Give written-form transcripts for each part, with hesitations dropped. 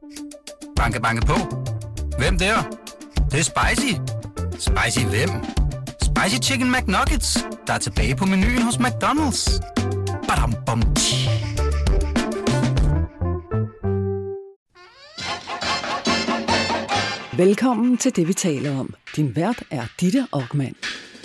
Banke, banke på. Hvem der? Det er spicy. Spicy hvem? Spicy Chicken McNuggets, der er tilbage på menuen hos McDonald's. Badum, bom, tji. Velkommen til det, vi taler om. Din vært er Ditte Okman.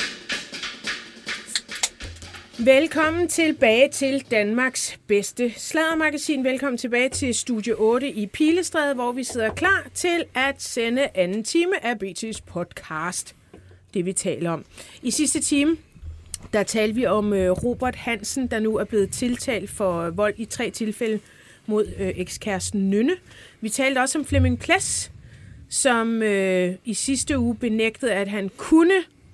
Velkommen tilbage til Danmarks bedste sladdermagasin. Velkommen tilbage til Studie 8 i Pilestræde, hvor vi sidder klar til at sende anden time af BT's podcast. Det vi taler om. I sidste time, der talte vi om Robert Hansen, der nu er blevet tiltalt for vold i 3 tilfælde mod ekskæresten Nynne. Vi talte også om Flemming Pless, som i sidste uge benægtede, at han kunne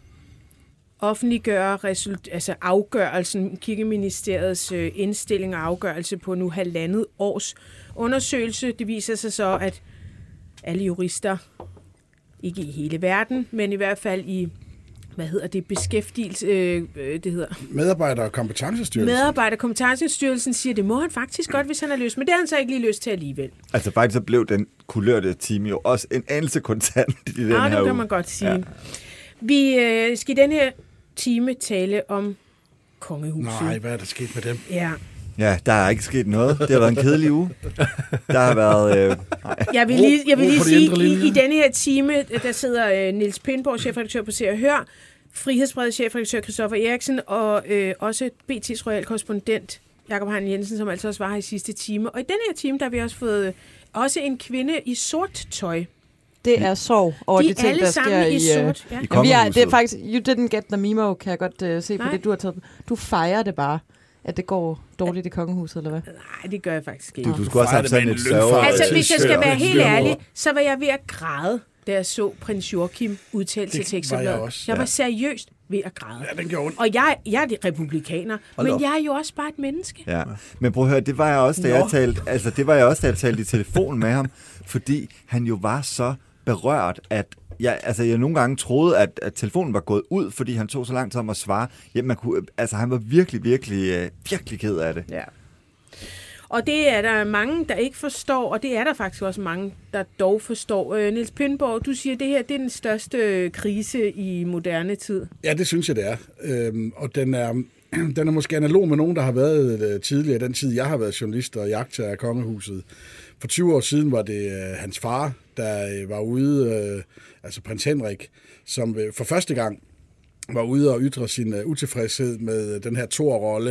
offentliggøre afgørelsen, Kirkeministeriets indstilling og afgørelse på nu 1,5 års undersøgelse. Det viser sig så, at alle jurister, ikke i hele verden, men i hvert fald i, beskæftigelse, det hedder? Medarbejder- og kompetencestyrelsen. Medarbejder- og kompetencestyrelsen siger, det må han faktisk godt, hvis han har lyst, men det har han så ikke lige lyst til alligevel. Altså faktisk så blev den kulørte time jo også en anelse kontant i den her uge. Det kan man godt sige. Ja. Vi skal i den her time tale om kongehuset. Nej, hvad er der sket med dem? Ja, der er ikke sket noget. Det har været en kedelig uge. Der har været... Jeg vil lige sige, i denne her time, der sidder Niels Pindborg, chefredaktør på Se og Hør, Frihedsbrevet chefredaktør Christoffer Eriksen, og også BT's royal korrespondent Jakob Hein Jensen, som altså også var her i sidste time. Og i denne her time, der har vi også fået også en kvinde i sort tøj. Det er sorg over de ting, der sker i sort. Ja. Det er faktisk, you didn't get the memo, kan jeg godt se på det, du har taget. Du fejrer det bare, at det går dårligt i kongehuset, eller hvad? Nej, det gør jeg faktisk ikke. Du skulle også have sådan et sørge. Altså, hvis jeg skal være helt ærlig, så var jeg ved at græde, da jeg så prins Joachim udtale til Tekstbladet. Jeg var seriøst ved at græde. Ja, den gjorde ondt. Og jeg er republikaner, men jeg er jo også bare et menneske. Ja, men prøv at høre, det var jeg også, da jeg talte i telefon med ham, fordi han jo var så berørt, at jeg nogle gange troede, at telefonen var gået ud, fordi han tog så lang tid om at svare. Jamen, han var virkelig, virkelig, virkelig ked af det. Ja. Og det er der mange, der ikke forstår, og det er der faktisk også mange, der dog forstår. Niels Pindborg, du siger, at det her det er den største krise i moderne tid. Ja, det synes jeg, det er. Og den er måske analog med nogen, der har været tidligere, den tid, jeg har været journalist og jagter af kongehuset. For 20 år siden var det hans far, der var ude, altså prins Henrik, som for første gang var ude og ytre sin utilfredshed med den her Thor-rolle.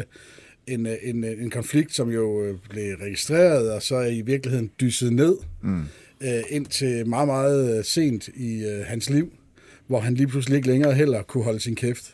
En konflikt, som jo blev registreret, og så i virkeligheden dysset ned indtil meget, meget sent i hans liv, hvor han lige pludselig ikke længere heller kunne holde sin kæft.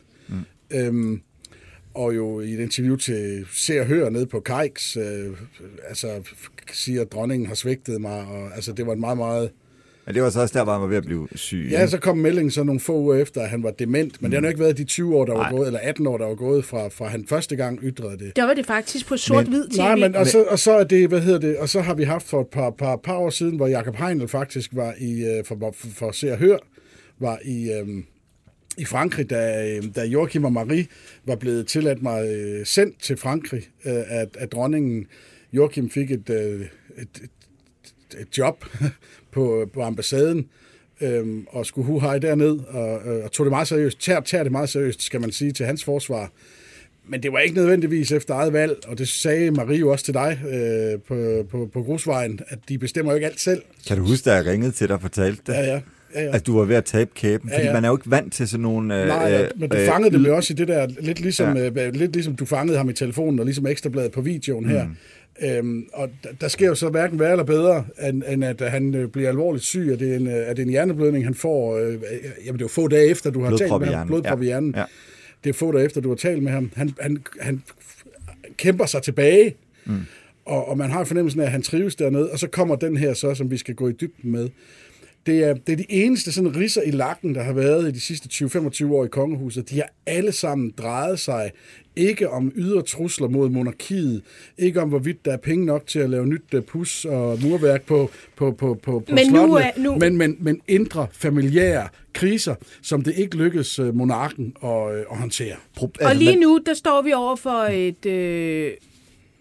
Og jo i et interview til Se og Hør nede på Kajks, siger, at dronningen har svigtet mig, og altså det var en meget, meget... Ja, det var så også der, hvor han var ved at blive syg. Ja, så kom meldingen så nogle få uger efter, at han var dement, men det har jo ikke været de 20 år, der var gået, eller 18 år, der var gået fra han første gang ytrede det. Der var det faktisk på sort-hvid tv. Nej, men og så er det, og så har vi haft for et par år siden, hvor Jakob Heinl faktisk var for Se og Hør, var i Frankrig, da Joachim og Marie var blevet tilladt mig sendt til Frankrig, at dronningen Joachim fik et job på ambassaden, og skulle huhej derned, og tog det meget seriøst, tager det meget seriøst, skal man sige, til hans forsvar. Men det var ikke nødvendigvis efter eget valg, og det sagde Marie jo også til dig på Grusvejen, at de bestemmer jo ikke alt selv. Kan du huske, da jeg ringede til dig og fortalte det? Ja. At du var ved at tabe kæben, fordi man er jo ikke vant til sådan nogle... Nej, men du fangede det også i det der, lidt ligesom du fangede ham i telefonen, og ligesom Ekstrabladet på videoen her. Og der sker jo så hverken værre eller bedre, end at han bliver alvorligt syg, og det er en hjerneblødning, han får, jamen det er jo få dage efter, du har talt med ham, blodprop i hjernen. Ja. Det er få dage efter, du har talt med ham. Han kæmper sig tilbage, og man har fornemmelsen af, at han trives dernede, og så kommer den her så, som vi skal gå i dybden med. Det er de eneste sådan ridser i lakken, der har været i de sidste 20-25 år i kongehuset. De har alle sammen drejet sig ikke om ydre trusler mod monarkiet, ikke om hvorvidt der er penge nok til at lave nyt pus og murværk på slottene, men indre familiære kriser, som det ikke lykkes monarken at håndtere. Og lige nu, der står vi over for et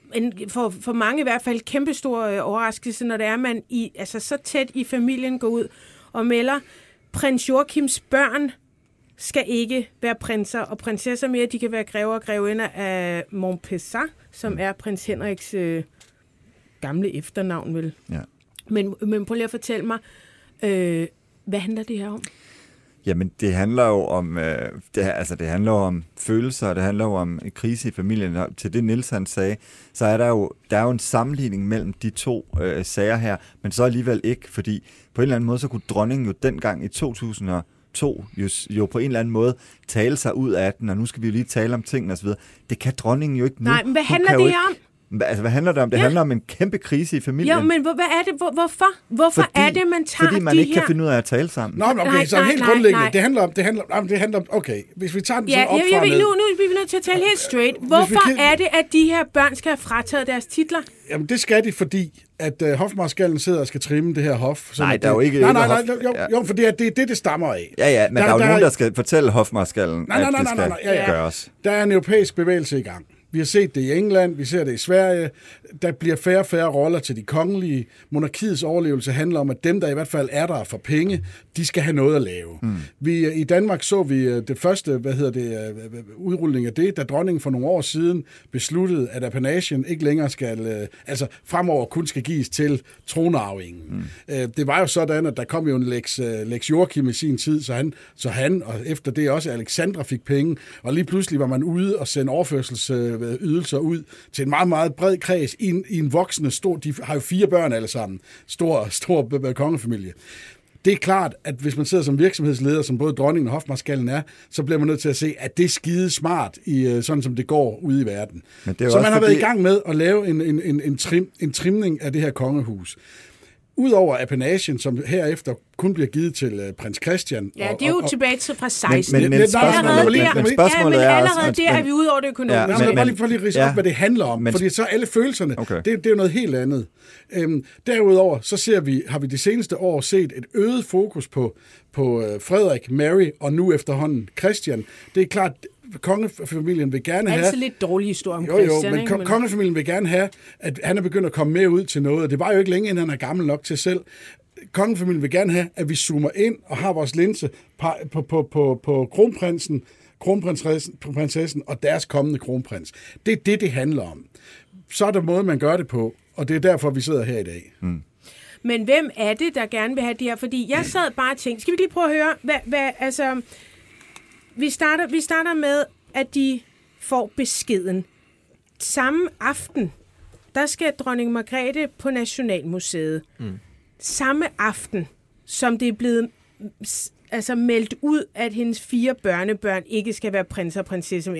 for mange i hvert fald kæmpestor overraskelse, når det er, man så tæt i familien går ud og melder, prins Joachims børn skal ikke være prinser og prinsesser mere. De kan være grever og grevinder af Montpezat, som er prins Henriks gamle efternavn, vel? Ja. Men prøv lige at fortælle mig, hvad handler det her om? Jamen, det handler jo om, det handler om følelser, det handler jo om en krise i familien. Og til det Niels han sagde, så er der er jo en sammenligning mellem de to sager her, men så alligevel ikke, fordi på en eller anden måde, så kunne dronningen jo dengang i 2002 jo på en eller anden måde tale sig ud af den, og nu skal vi jo lige tale om tingene osv. Det kan dronningen jo ikke nu. Nej, men hvad handler det her om? Altså, hvad handler det om? Det handler om en kæmpe krise i familien. Ja, men hvad er det? Hvorfor? Hvorfor er det, man tager fordi man ikke kan finde ud af at tale sammen. Nå, men okay, så helt grundlæggende. Det handler om, okay, hvis vi tager den sådan op fra nu er vi nødt til at tale helt straight. Hvorfor er det, at de her børn skal have frataget deres titler? Jamen, det skal de, fordi at hofmarskallen sidder og skal trimme det her hof. Nej, der er jo ikke... Jo, fordi det er det stammer af. Ja, men der er jo nogen, der skal fortælle hofmarskallen, at det skal gøres. Der er en europæisk bevægelse i gang. Vi har set det i England, vi ser det i Sverige. Der bliver færre og færre roller til de kongelige. Monarkiets overlevelse handler om, at dem, der i hvert fald er der for penge, de skal have noget at lave. I Danmark så vi det første, udrulning af det, da dronningen for nogle år siden besluttede, at apanagen ikke længere skal, fremover kun skal gives til tronarvingen. Det var jo sådan, at der kom jo en Lex Joachim i sin tid, så han og efter det også Alexandra fik penge, og lige pludselig var man ude og sende overførselsydelser ud til en meget, meget bred kreds i en voksende stor, de har jo 4 børn alle sammen, stor kongefamilie. Det er klart, at hvis man sidder som virksomhedsleder, som både dronningen og hofmarskallen er, så bliver man nødt til at se, at det er skide smart, sådan som det går ude i verden. Så man har været i gang med at lave en trimning af det her kongehus. Udover apanagen, som herefter kun bliver givet til prins Christian. Ja, det er jo tilbage til fra 16. Men spørgsmålet er også... allerede der er vi ude over det økonomiske. Ja, bare lige ridse op, hvad det handler om. Fordi så alle følelserne, det er jo noget helt andet. Derudover, så har vi de seneste år set et øget fokus på Frederik, Mary og nu efterhånden Christian. Det er klart, kongefamilien vil gerne have... Altså lidt dårlig historie om Christian, men kongefamilien vil gerne have, at han er begyndt at komme med ud til noget. Det var jo ikke længe, inden han er gammel nok til selv. Kongefamilien vil gerne have, at vi zoomer ind og har vores linse på kronprinsessen og deres kommende kronprins. Det er det handler om. Så er der måde, man gør det på, og det er derfor, vi sidder her i dag. Men hvem er det, der gerne vil have det her? Fordi jeg sad bare og tænkte, skal vi lige prøve at høre, vi starter med, at de får beskeden. Samme aften, der skal dronning Margrethe på Nationalmuseet. Samme aften, som det er blevet meldt ud, at hendes 4 børnebørn ikke skal være prinser og prinsesser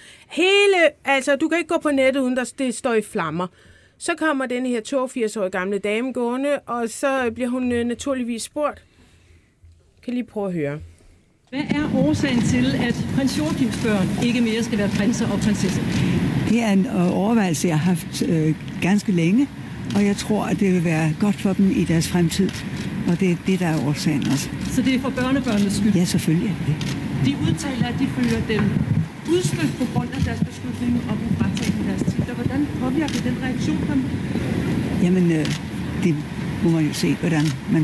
mere. Du kan ikke gå på nettet, uden det står i flammer. Så kommer den her 82-årige gamle dame gående, og så bliver hun naturligvis spurgt. Kan lige prøve at høre. Hvad er årsagen til, at prins Joachims børn ikke mere skal være prinser og prinsesser? Det er en overvejelse, jeg har haft ganske længe, og jeg tror, at det vil være godt for dem i deres fremtid. Og det er det, der er årsagen også. Så det er for børnebørnenes skyld? Ja, selvfølgelig er det. De udtaler, at de føler dem udstødt på grund af deres beslutning om at fratage deres titler. Hvordan påvirker den reaktion dem? Jamen, det må man jo se, hvordan man...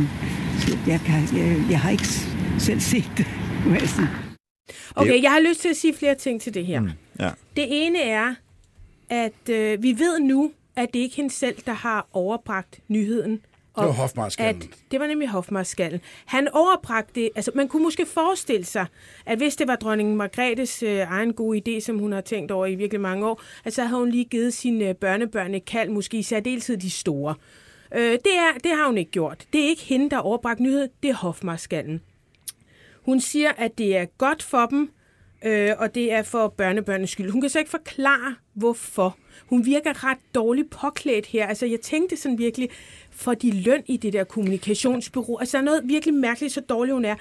Jeg har ikke selv set det. Okay, jeg har lyst til at sige flere ting til det her. Ja. Det ene er, at vi ved nu, at det ikke er hende selv, der har overbragt nyheden. Det var hofmarskallen. Det var nemlig hofmarskallen. Han overbragte det, altså man kunne måske forestille sig, at hvis det var dronning Margrethes egen gode idé, som hun har tænkt over i virkelig mange år, at så havde hun lige givet sine børnebørn et kald, måske i særdeleshed de store. Det har hun ikke gjort. Det er ikke hende, der har overbragt nyheden, det er hofmarskallen. Hun siger, at det er godt for dem, og det er for børnebørnenes skyld. Hun kan så ikke forklare, hvorfor. Hun virker ret dårligt påklædt her. Altså, jeg tænkte sådan virkelig, for de løn i det der kommunikationsbureau. Altså, der er noget virkelig mærkeligt, så dårlig hun er.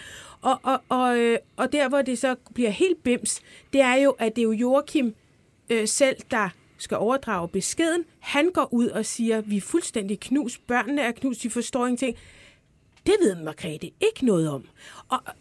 Og der, hvor det så bliver helt bims, det er jo, at det er jo Joachim selv, der skal overdrage beskeden. Han går ud og siger, vi er fuldstændig knust. Børnene er knust, de forstår ingenting. Det ved Margrethe ikke noget om.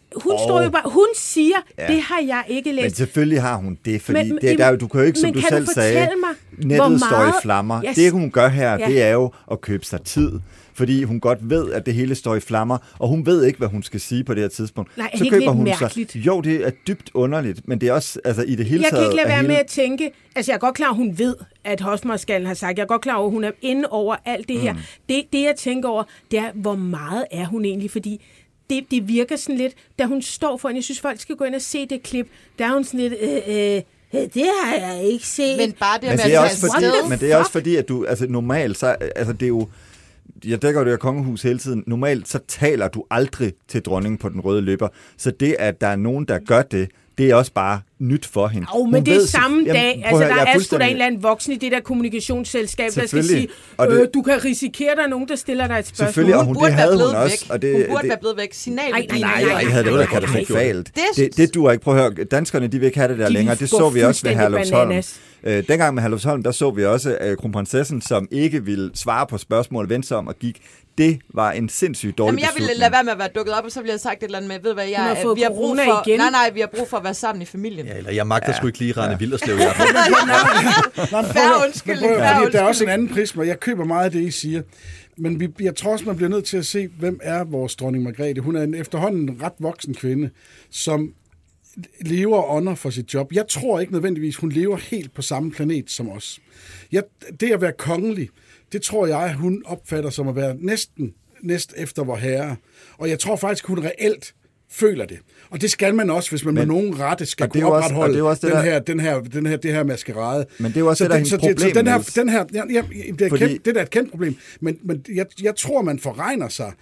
står jo bare, hun siger, det har jeg ikke læst. Men selvfølgelig har hun det, fordi du kan jo ikke, som du selv sagde, nettet står i flammer. Yes. Det hun gør her, det er jo at købe sig tid. Fordi hun godt ved, at det hele står i flammer, og hun ved ikke, hvad hun skal sige på det her tidspunkt. Nej, så køber hun sig. Jo, det er dybt underligt, men det er også altså, i det hele taget... Jeg kan ikke lade være med at tænke... Altså, jeg er godt klar, at hun ved, at Hosmerskallen har sagt. Jeg er godt klar over, at hun er inde over alt det her. Det, jeg tænker over, det er, hvor meget er hun egentlig? Fordi det virker sådan lidt, da hun står foran... Jeg synes, folk skal gå ind og se det klip. Der er hun sådan lidt... det har jeg ikke set. Men bare det men det er også fordi, at du... Altså, normalt, så... Altså, det er jo... Jeg dækker jo det her kongehus hele tiden. Normalt så taler du aldrig til dronningen på den røde løber. Så det, at der er nogen, der gør det, det er også bare nyt for hende. Men det er samme dag. Altså, der er sgu da en eller anden voksen i det der kommunikationsselskab, der skal sige, du kan risikere, der er nogen, der stiller dig et spørgsmål. Selvfølgelig, og det havde hun også. Og det, hun burde være blevet væk. Signalet. Nej, jeg havde det jo katastrofalt. Det duer ikke. Prøv at høre, danskerne, de vil ikke have det der længere. Det så vi også ved Herlufsholm. Dengang med Herlufsholm, der så vi også kronprinsessen, som ikke ville svare på spørgsmål, vendte sig om og gik. Det var en sindssygt dårlig beslutning. Jeg ville lade være med at være dukket op, og så ville jeg have sagt et eller andet med, ved hvad, vi har brug for, vi har brug for at være sammen i familien. Ja, eller jeg magter sgu ikke lige Rane Willerslev i aften. Færre undskyldning. Der er også en anden prisme, jeg køber meget af det, I siger. Men jeg tror også, man bliver nødt til at se, hvem er vores dronning Margrethe. Hun er en efterhånden ret voksen kvinde, som lever og ånder for sit job. Jeg tror ikke nødvendigvis, hun lever helt på samme planet som os. Det at være kongelig, det tror jeg, hun opfatter som at være næst efter vor herre. Og jeg tror faktisk, hun reelt føler det. Og det skal man også, hvis man med nogen rette skal kunne opretholde det her maskerade. Men det er jo også det, der er et problem. Det er et kendt problem. Men jeg tror, man forregner sig,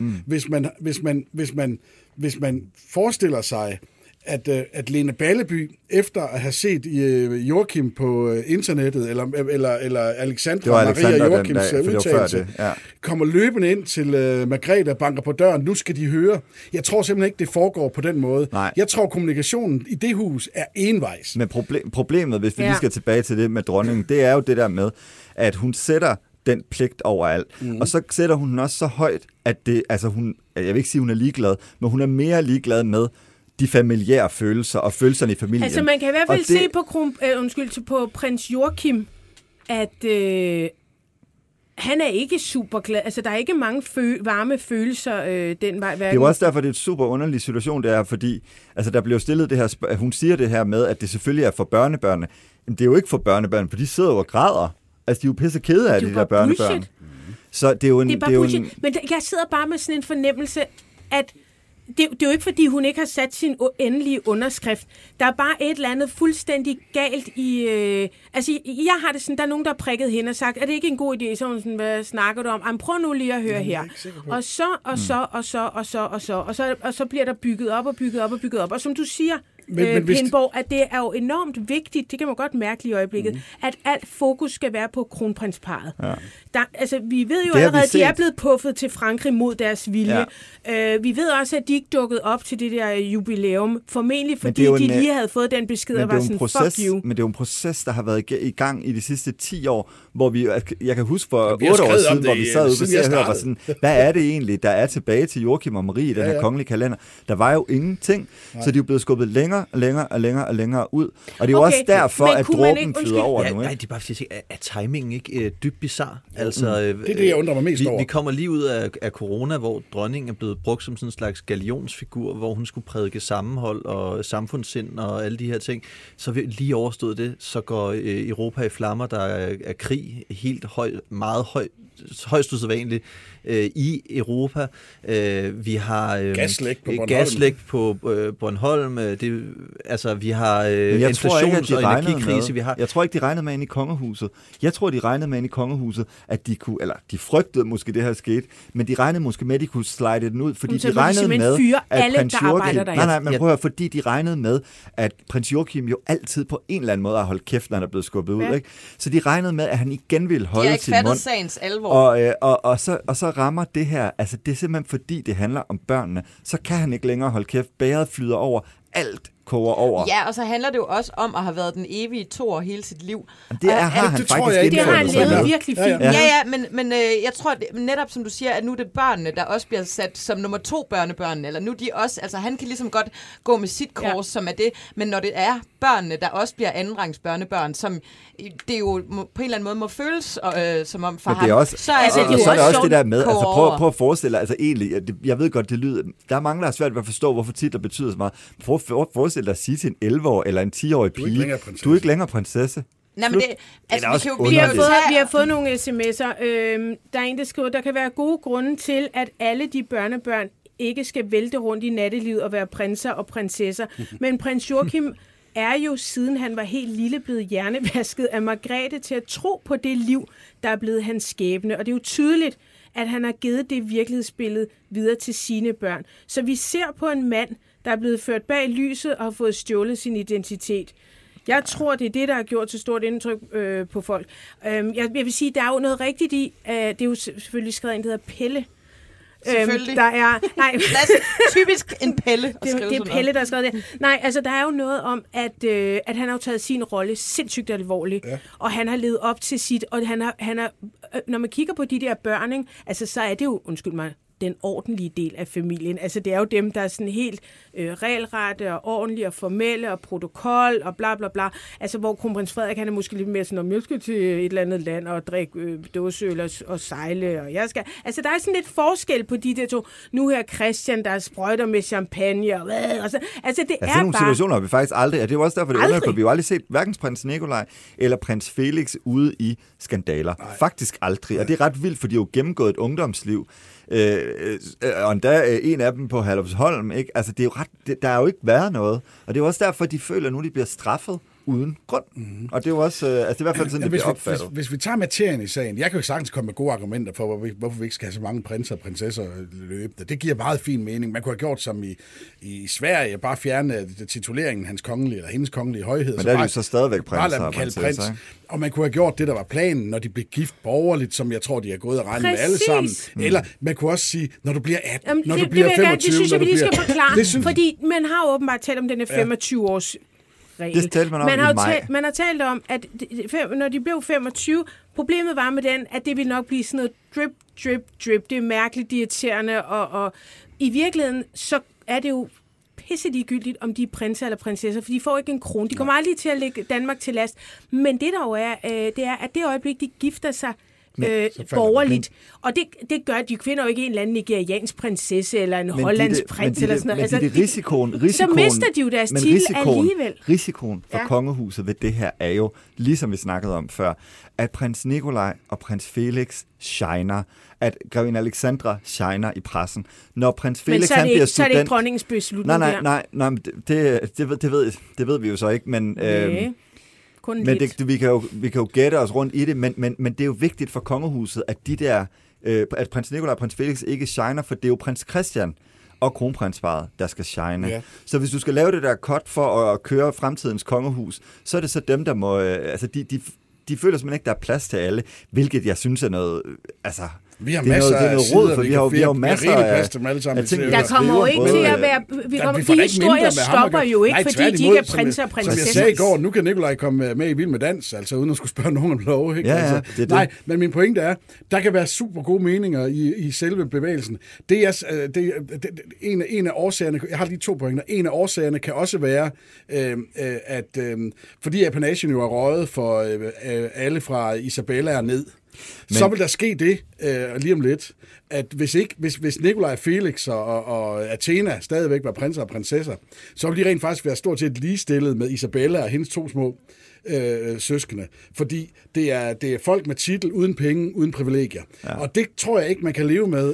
hvis man forestiller sig, at Lene Balleby, efter at have set Joachim på internettet, eller Alexandra Maria Joachims udtalelse, kommer løbende ind til Margrethe og banker på døren. Nu skal de høre. Jeg tror simpelthen ikke, det foregår på den måde. Nej. Jeg tror, kommunikationen i det hus er envejs. Men problemet, hvis vi lige skal tilbage til det med dronningen, det er jo det der med, at hun sætter den pligt overalt. Og så sætter hun også så højt, at det, altså jeg vil ikke sige, hun er ligeglad, men hun er mere ligeglad med de familiære følelser og følelserne i familien. Altså man kan i hvert fald se på prins Joachim, at han er ikke super glad. Altså der er ikke mange varme følelser den vej. Det er jo også derfor, det er et super underlig situation, det er, fordi altså, der bliver stillet det her, hun siger det her med, at det selvfølgelig er for børnebørnene. Men det er jo ikke for børnebørn, for de sidder jo og græder. Altså de er jo pisse kede af de der børnebørn. Bullshit. Så det er jo en... Det er bare bullshit. Men jeg sidder bare med sådan en fornemmelse, at det er jo ikke, fordi hun ikke har sat sin endelige underskrift. Der er bare et eller andet fuldstændig galt i... Altså, jeg har det sådan, der er nogen, der har prikket hende og sagt, er det ikke en god idé? Så hun sådan, hvad snakker du om? Prøv nu lige at høre her. Og så bliver der bygget op. Og som du siger, Pindborg, at det er jo enormt vigtigt, det kan man godt mærke i øjeblikket, at alt fokus skal være på kronprinsparret. Ja. Vi ved jo allerede, at de er blevet puffet til Frankrig mod deres vilje. Ja. Vi ved også, at de ikke dukkede op til det der jubilæum, formentlig fordi de lige havde fået den besked, og var sådan, fuck you. Men det er jo en proces, der har været i gang i de sidste 10 år, hvor jeg kan huske for 8 år siden, hvor vi sad ude og Se og Hør, var sådan, hvad er det egentlig, der er tilbage til Joachim og Marie i den her kongelige kalender? Der var jo ingenting, så de er jo blevet skubbet længere ud. Og det er jo også derfor, at dråben flyder over nu. Nej, det er bare fordi, er timingen ikke dybt bizarre? Altså, det er det, jeg undrer mig mest over. Vi kommer lige ud af corona, hvor dronningen er blevet brugt som sådan en slags galionsfigur, hvor hun skulle prædike sammenhold og samfundssind og alle de her ting. Så vi lige overstået det, så går Europa i flammer, der er krig helt højst usædvanligt i Europa. Vi har gaslæk på Bornholm. Vi har inflations- og energikrise. Jeg tror ikke, de regnede med ind i kongehuset. Jeg tror, de regnede med ind i kongehuset, at de kunne, eller de frygtede måske, det her skete, men de regnede måske med, at de kunne slide den ud, fordi de regnede med, at prins Joachim... fordi de regnede med, at prins Joachim jo altid på en eller anden måde har holdt kæft, når han er blevet skubbet ud. Ikke? Så de regnede med, at han igen ville holde sin mund. De har ikke fattet sagens alvor. Og så rammer det her, altså det er simpelthen fordi, det handler om børnene, så kan han ikke længere holde kæft. Bæret flyder over, alt koger over. Ja, og så handler det jo også om at have været den evige toer hele sit liv. Det har han faktisk indført. Det har han lavet virkelig fint. Ja, men jeg tror netop, som du siger, at nu er det børnene, der også bliver sat som nummer 2 børnebørn, eller nu de også, altså han kan ligesom godt gå med sit kors, som er det, men når det er børnene, der også bliver andenrangs børnebørn, som det jo på en eller anden måde må føles som om for ham, så er det jo også det der med, altså prøv at forestille dig, altså egentlig, jeg ved godt, det lyder, der er mange, der er svært ved at forstå, hvorfor titler betyder så meget. Prøv at forestille dig at sige til en 11-årig eller en 10-årig pige, du er ikke længere prinsesse. Nej, men vi har fået nogle sms'er. Der er en, der skriver, der kan være gode grunde til, at alle de børnebørn ikke skal vælte rundt i nattelivet og være prinser og prinsesser. Men prins Joachim er jo, siden han var helt lille, blevet hjernevasket af Margrethe til at tro på det liv, der er blevet hans skæbne. Og det er jo tydeligt, at han har givet det virkelighedsbillede videre til sine børn. Så vi ser på en mand, der er blevet ført bag lyset og har fået stjålet sin identitet. Jeg tror, det er det, der har gjort så stort indtryk på folk. Jeg vil sige, der er jo noget rigtigt i, det er jo selvfølgelig skrevet en, der hedder Pelle. Selvfølgelig. Der er, nej, typisk en Pelle. Det er Pelle, der har skrevet det. Nej, altså der er jo noget om, at han har jo taget sin rolle sindssygt alvorligt, og han har levet op til sit, og han har, når man kigger på de der børn, ikke, altså så er det jo, undskyld mig, den ordentlige del af familien. Altså det er jo dem, der er sådan helt regelrette og ordentlige og formelle og protokol og bla bla bla. Altså hvor kronprins Frederik, han er måske lidt mere sådan, om jeg skal til et eller andet land og drikke dåseøl og sejle, og jeg skal... Altså der er sådan lidt forskel på de der to. Nu her Christian, der sprøjter med champagne og så. Altså det er sådan nogle bare... situationer har vi faktisk aldrig, og det er jo også derfor, det er for vi har jo aldrig set hverken prins Nikolaj eller prins Felix ude i skandaler. Nej. Faktisk aldrig, og det er ret vildt, for de har jo gennemgået et ungdomsliv. Og endda en af dem på Herlufsholm, ikke? Altså, det er jo der er jo ikke været noget. Og det er jo også derfor, de føler, at nu de bliver straffet uden grund. Mm-hmm. Og det er jo også, altså det er i hvert fald sådan, det bliver opfattet. Hvis vi tager materien i sagen, jeg kan jo sagtens komme med gode argumenter for, hvorfor vi ikke skal have så mange prinser og prinsesser løbende. Det giver meget fin mening. Man kunne have gjort som i Sverige, bare fjerne tituleringen hans kongelige, eller hendes kongelige højhed. Men der er jo så stadigvæk prinser og prinsesser, og man kunne have gjort det, der var planen, når de blev gift borgerligt, som jeg tror, de har gået og regnet med alle sammen. Eller man kunne også sige, når du bliver 18, når du bliver 25, det synes jeg, vi lige skal forklare. Fordi man har åbenbart talt om den 25 års regel. Det talte man om i maj. Man har talt om, at når de blev 25, problemet var med den, at det ville nok blive sådan noget drip, drip, drip. Det er mærkeligt, irriterende, og i virkeligheden, så er det jo pisse ligegyldigt, om de er prinser eller prinsesser, for de får ikke en krone. De kommer aldrig til at lægge Danmark til last. Men det der jo er, det er, at det øjeblik, de gifter sig borgerligt. Og det gør, at de kvinder jo ikke en eller anden nigeriansk prinsesse, eller en hollandsk prins, eller sådan noget. Altså, risikoen, så mister de jo deres titel alligevel. Risikoen for kongehuset ved det her er jo, ligesom vi snakkede om før, at prins Nikolaj og prins Felix shiner, at grevinde Alexandra shiner i pressen. Når prins Felix han bliver student... så er det ikke dronningens beslutning der. Nej, det ved vi jo så ikke, men... Men vi kan jo gætte os rundt i det, men det er jo vigtigt for kongehuset, at de der, at prins Nikolaj og prins Felix ikke shiner, for det er jo prins Christian og kronprinsparet, der skal shine. Yeah. Så hvis du skal lave det der cut for at køre fremtidens kongehus, så er det så dem, der må... altså, de føler simpelthen ikke, der er plads til alle, hvilket jeg synes er noget... Altså, vi har masser af sider, vi har masser af dem alle sammen. Der kommer jo ikke til at være... De historier stopper jo ikke, fordi de ikke er prinser og prinsesser. Som jeg sagde i går, nu kan Nikolaj komme med i Vild med Dans, altså uden at skulle spørge nogen om lov. Ikke? Ja, det. Nej, men min pointe er, der kan være super gode meninger i selve bevægelsen. Det er en af årsagerne, jeg har lige 2 pointer, en af årsagerne kan også være, at fordi apanagen jo er røget for alle fra Isabella og ned, så vil der ske det lige om lidt, at hvis Nikolaj, Felix og Athena stadigvæk var prinser og prinsesser, så vil de rent faktisk være stort set ligestillet med Isabella og hendes 2 små søskende. Fordi det er folk med titel, uden penge, uden privilegier. Ja. Og det tror jeg ikke, man kan leve med,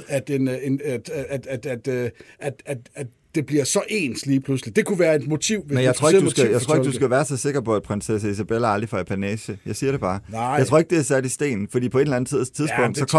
at det bliver så ens lige pludselig. Det kunne være et motiv. Men jeg tror ikke, du skal være så sikker på, at prinsesse Isabella aldrig får apanage. Jeg siger det bare. Nej. Jeg tror ikke, det er sat i sten, fordi på et eller andet tidspunkt, så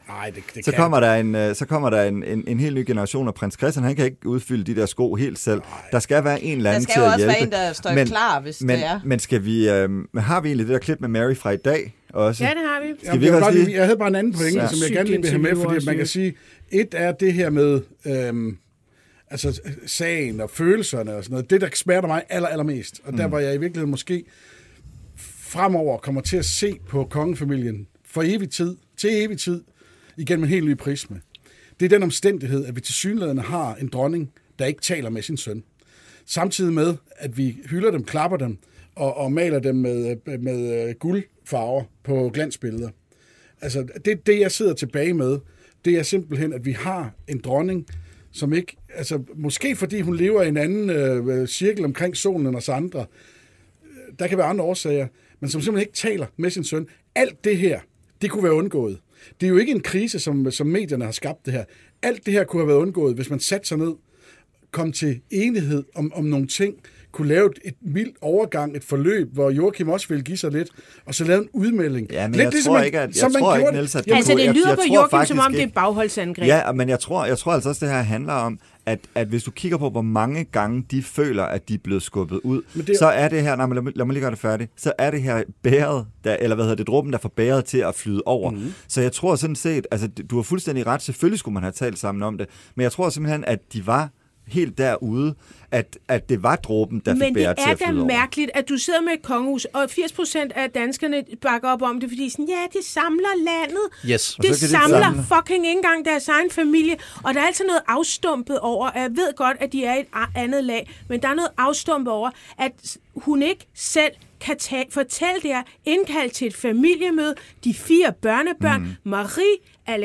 kommer der en helt ny generation af prins Christian. Han kan ikke udfylde de der sko helt selv. Nej. Der skal være en eller anden til at hjælpe. Der skal jo også være en, der står klar, hvis det er. Men skal vi... har vi egentlig det der klip med Mary fra i dag også? Ja, det har vi. Jeg havde bare en anden pointe, som jeg gerne vil have med, fordi man kan sige, et er det her med... altså sagen og følelserne og sådan noget, det der smerter mig allermest. Og der var jeg i virkeligheden måske fremover kommer til at se på kongefamilien for evig tid, til evig tid, igennem en helt ny prisme. Det er den omstændighed, at vi tilsyneladende har en dronning, der ikke taler med sin søn. Samtidig med, at vi hylder dem, klapper dem og maler dem med guldfarver på glansbilleder. Altså, det jeg sidder tilbage med, det er simpelthen, at vi har en dronning, som ikke, altså måske fordi hun lever i en anden cirkel omkring solen end os andre, der kan være andre årsager, men som simpelthen ikke taler med sin søn. Alt det her, det kunne være undgået. Det er jo ikke en krise, som medierne har skabt det her. Alt det her kunne have været undgået, hvis man satte sig ned, kom til enighed om nogle ting, kunne lave et mildt overgang, et forløb, hvor Joachim også ville give sig lidt, og så lave en udmelding. Ja, men jeg tror ikke, Niels, at altså, det lyder på Joachim, som om det er bagholdsangreb. Ja, men jeg tror altså også, det her handler om, at hvis du kigger på, hvor mange gange de føler, at de er blevet skubbet ud, så er det her, lad mig lige gøre det færdigt, så er det her bæret, dråben, der får bæret til at flyde over. Mm-hmm. Så jeg tror sådan set, altså du har fuldstændig ret, selvfølgelig skulle man have talt sammen om det, men jeg tror simpelthen, at de var helt derude, at det var dråben, der fik bæret til at flyde over. Men det er da mærkeligt, at du sidder med et kongehus, og 80% af danskerne bakker op om det, fordi sådan, ja, det samler landet. Yes. Det samler fucking ikke engang deres egen familie, og der er altid noget afstumpet over, jeg ved godt, at de er i et andet lag, men der er noget afstumpet over, at hun ikke selv kan fortælle det her, indkaldt til et familiemøde, de 4 børnebørn, Marie,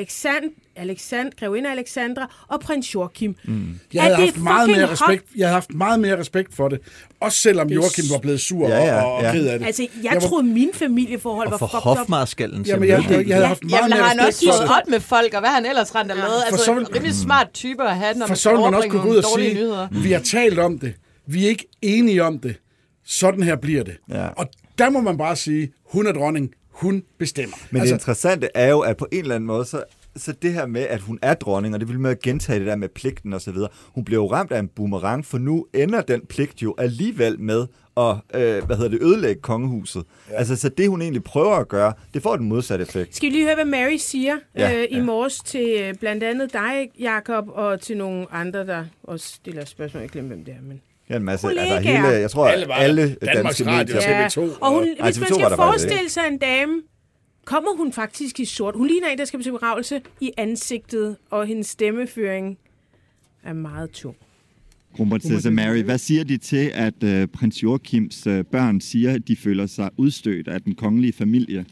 grevinde Alexandra og prins Joachim. Jeg havde haft meget mere respekt for det, også selvom Joachim var blevet sur og ked af det. Altså, jeg troede, min familieforhold var fucked up. Og for hofmarskallen. Jamen, jeg havde haft meget mere respekt for det. Han også gået op med folk, og hvad han ellers rent lavet. Altså, en rimelig smart type at have, når man overbringer nogle dårlige nyheder. Vi har talt om det. Vi er ikke enige om det. Sådan her bliver det. Ja. Og der må man bare sige, hun er dronning, hun bestemmer. Men det interessante er jo, at på en eller anden måde, så det her med, at hun er dronning, og det vil med at gentage det der med pligten og så videre, hun bliver jo ramt af en boomerang, for nu ender den pligt jo alligevel med at ødelægge kongehuset. Ja. Altså, så det hun egentlig prøver at gøre, det får den modsatte effekt. Skal vi lige høre, hvad Mary siger i morges til blandt andet dig, Jakob, og til nogle andre, der også stiller spørgsmål. Jeg glemmer, hvem det er, men... Ja, en masse, jeg tror, alle danske medier. TV2. Og hun, hvis man skal forestille sig en dame, kommer hun faktisk i sort. Hun ligner en, der skal til begravelse i ansigtet, og hendes stemmeføring er meget tung. Kronprinsesse Mary, hvad siger de til, at prins Joachims børn siger, at de føler sig udstødt af den kongelige familie?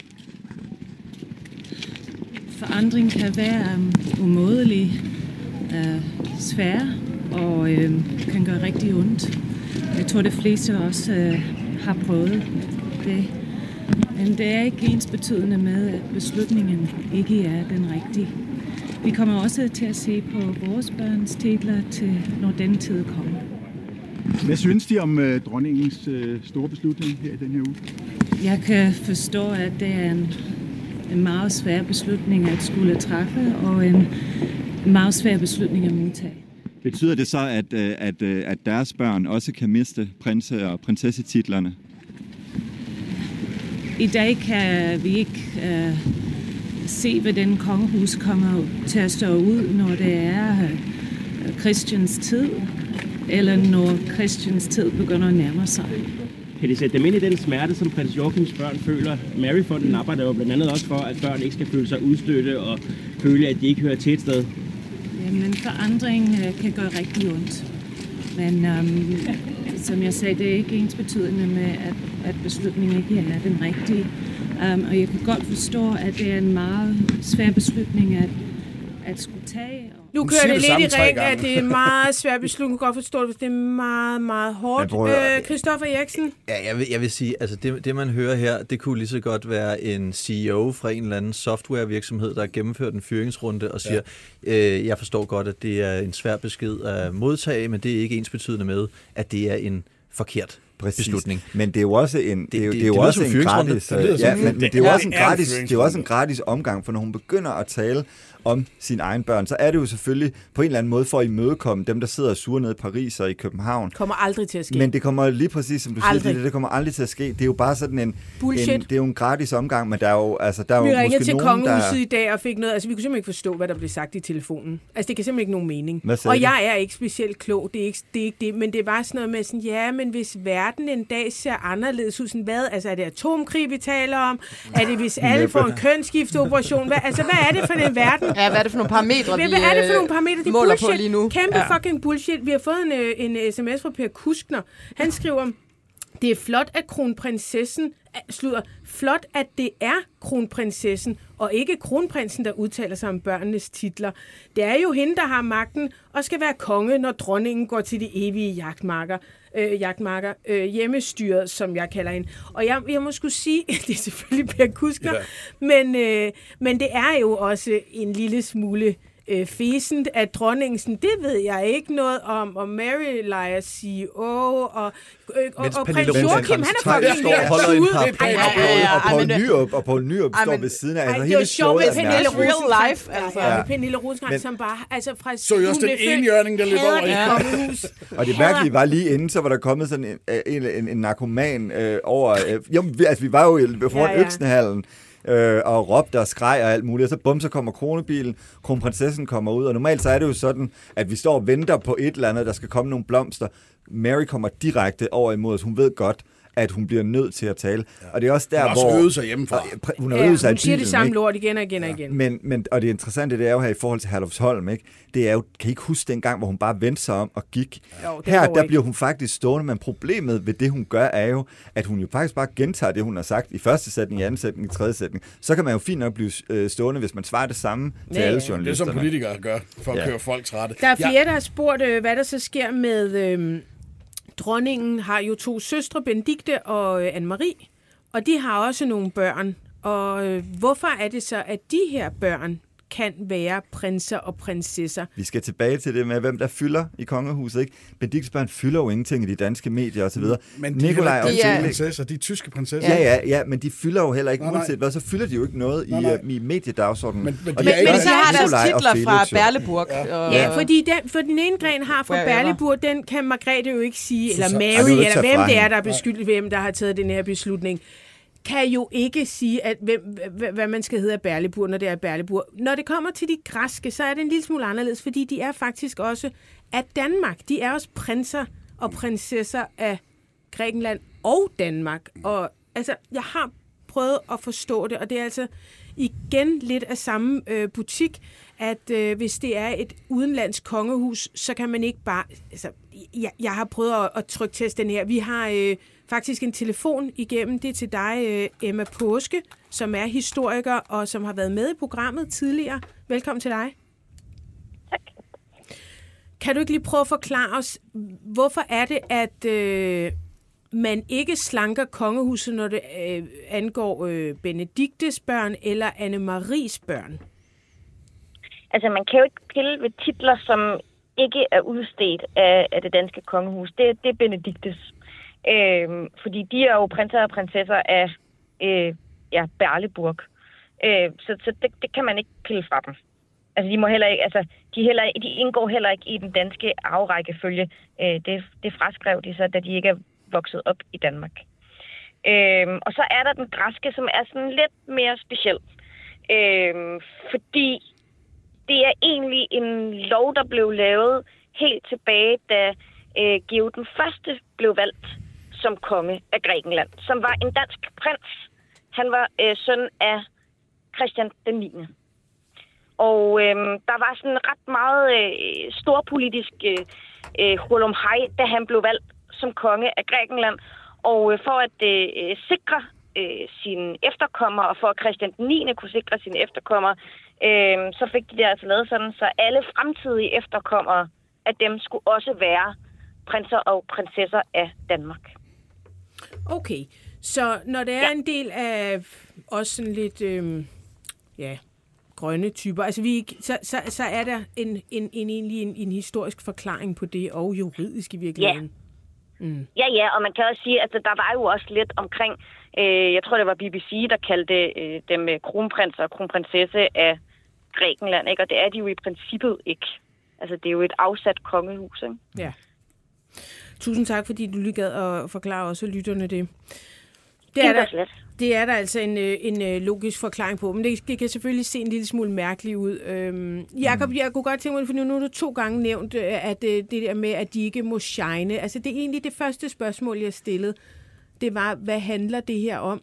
Forandring kan være umådelig svær og kan gøre rigtig ondt. Jeg tror, de fleste også har prøvet det. Men det er ikke ensbetydende med, at beslutningen ikke er den rigtige. Vi kommer også til at se på vores børns titler, når den tid kommer. Hvad synes de om dronningens store beslutning her i den her uge? Jeg kan forstå, at det er en meget svær beslutning at skulle træffe, og en meget svær beslutning at modtage. Betyder det så, at deres børn også kan miste prinse- og prinsessetitlerne? I dag kan vi ikke se, hvordan kongehus kommer til at stå ud, når det er Christians tid, eller når Christians tid begynder at nærme sig. Kan de sætte dem ind i den smerte, som prins Joachims børn føler? Maryfonden arbejder jo blandt andet også for, at børn ikke skal føle sig udstødte og føle, at de ikke hører til et sted. Jamen, forandring kan gøre rigtig ondt. Men som jeg sagde, det er ikke ensbetydende med, at beslutningen ikke er den rigtige. Og jeg kan godt forstå, at det er en meget svær beslutning at skulle tage. Nu kører det lidt i ring, at det er en meget svær beslutning. Jeg kan godt forstå det, hvis det er meget, meget hårdt. Christoffer Eriksen? Ja, jeg vil sige, altså det man hører her, det kunne lige så godt være en CEO fra en eller anden softwarevirksomhed, der har gennemført en fyringsrunde og siger, jeg forstår godt, at det er en svær besked at modtage, men det er ikke ensbetydende med, at det er en forkert beslutning. Men det er jo også en det er jo også en gratis men det er jo også en gratis omgang, for når hun begynder at tale om sine egne børn, så er det jo selvfølgelig på en eller anden måde for at imødekomme dem, der sidder sure nede i Paris og i København. Kommer aldrig til at ske. Men det kommer lige præcis, som du siger, det kommer aldrig til at ske. Det er jo bare sådan en det er jo en gratis omgang, men der er jo vi ringede til kongehuset i dag og fik noget, altså vi kunne simpelthen ikke forstå, hvad der blev sagt i telefonen. Altså det kan simpelthen ikke nogen mening. Og jeg er ikke specielt klog, det er ikke det, men det var sådan noget med sådan, ja, men hvis verden en dag ser anderledes ud, sådan hvad? Altså er det atomkrig, vi taler om? Er det, hvis alle får en kønsskifteoperation? Hvad er det for en verden? Ja, hvad er det for nogle parametre, hvad er det for nogle parametre, de måler bullshit, på lige nu? Kæmpe fucking bullshit. Vi har fået en sms fra Per Kuskner. Han skriver, det er flot, at kronprinsessen flot, at det er kronprinsessen og ikke kronprinsen, der udtaler sig om børnenes titler. Det er jo hende, der har magten og skal være konge, når dronningen går til de evige jagtmarker, hjemmestyret, som jeg kalder hende. Og jeg må skulle sige, det er selvfølgelig Per Kuskner, men det er jo også en lille smule fæsent, at dronningen, det ved jeg ikke noget om, og Mary leger CEO, og prins Joachim, han er fucking ved at og Poul Nyrup står ved siden af. Det er jo sjovt med Pernille Rosenkrantz. Pernille Rosenkrantz, som bare, altså fra så jo også den enhjørning, der løb over i kongehus. Og det mærkelige var lige inden, så var der kommet sådan en narkoman over, vi var jo foran Øksnehallen, og råbte og skreg og alt muligt, og så kommer kronebilen, kronprinsessen kommer ud, og normalt så er det jo sådan, at vi står og venter på et eller andet, der skal komme nogle blomster. Mary kommer direkte over imod os, hun ved godt, at hun bliver nødt til at tale. Ja. Og det er også der, hun har øvet sig hjemmefra. Hun har øvet sig hun siger det samme lort igen og igen og igen. Men, og det interessante, det er jo her i forhold til Herlufsholm, ikke? Det er jo, kan I ikke huske den gang, hvor hun bare vendte sig om og gik? Jo, her, der bliver hun faktisk stående, men problemet ved det, hun gør, er jo, at hun jo faktisk bare gentager det, hun har sagt i første sætning, i anden sætning, i tredje sætning. Så kan man jo fint nok blive stående, hvis man svarer det samme til alle journalisterne. Det er som politikere gør, for at køre folks rette. Der er flere, der har spurgt, hvad der så sker med... Dronningen har jo 2 søstre, Benedikte og Anne-Marie, og de har også nogle børn. Og hvorfor er det så, at de her børn kan være prinser og prinsesser? Vi skal tilbage til det med, hvem der fylder i kongehuset, ikke? Benediktes børn fylder jo ingenting i de danske medier osv. Men Nikolaj og prinsesser, de tyske prinsesser. Ja, men de fylder jo heller ikke, uanset hvad, så fylder de jo ikke noget i mediedagsordenen. Men så har deres titler fra Berleburg. Ja, fordi for den ene gren har fra Berleburg, den kan Margrethe jo ikke sige, eller Mary, eller hvem det er, der er beskyldt, hvem der har taget den her beslutning. Kan jo ikke sige, at hvad man skal hedde af Berleburg, når det er Berleburg. Når det kommer til de græske, så er det en lille smule anderledes, fordi de er faktisk også af Danmark. De er også prinser og prinsesser af Grækenland og Danmark. Og altså, jeg har prøvet at forstå det, og det er altså igen lidt af samme butik, at hvis det er et udenlandsk kongehus, så kan man ikke bare... Altså, jeg har prøvet at trykteste den her. Vi har faktisk en telefon igennem. Det er til dig, Emma Påske, som er historiker og som har været med i programmet tidligere. Velkommen til dig. Tak. Kan du ikke lige prøve at forklare os, hvorfor er det, at man ikke slanker kongehuset, når det angår Benediktes børn eller Anne-Maries børn? Altså, man kan jo ikke pille ved titler, som ikke er udstedt af det danske kongehus. Det er Benediktes. Fordi de er jo prinser og prinsesser af Berleburg. Så det kan man ikke pille fra dem. Altså, de må heller ikke, altså, de indgår heller ikke i den danske afrækkefølge. Det fraskrev de så, da de ikke er vokset op i Danmark. Og så er der den græske, som er sådan lidt mere speciel. Fordi det er egentlig en lov, der blev lavet helt tilbage, da Georg den Første blev valgt som konge af Grækenland, som var en dansk prins. Han var søn af Christian den 9. Og der var sådan ret meget storpolitisk hurlumhej, da han blev valgt som konge af Grækenland. Og for at sikre sine efterkommere, og for at Christian den 9. kunne sikre sine efterkommere, så fik de det altså lavet sådan, så alle fremtidige efterkommere af dem skulle også være prinser og prinsesser af Danmark. Okay, så når det er en del af også sådan lidt grønne typer, altså så er der egentlig en historisk forklaring på det, og juridisk i virkeligheden. Ja, og man kan også sige, at der var jo også lidt omkring, jeg tror det var BBC, der kaldte dem kronprins og kronprinsesse af Grækenland, ikke? Og det er de jo i princippet ikke. Altså, det er jo et afsat kongehus, ikke? Ja. Tusind tak, fordi du lige gad at forklare også lytterne det. Det er der altså en logisk forklaring på, men det kan selvfølgelig se en lille smule mærkeligt ud. Jakob, jeg kunne godt tænke mig, for nu har du 2 gange nævnt, at det der med, at de ikke må shine. Altså, det er egentlig det første spørgsmål, jeg stillede. Det var, hvad handler det her om?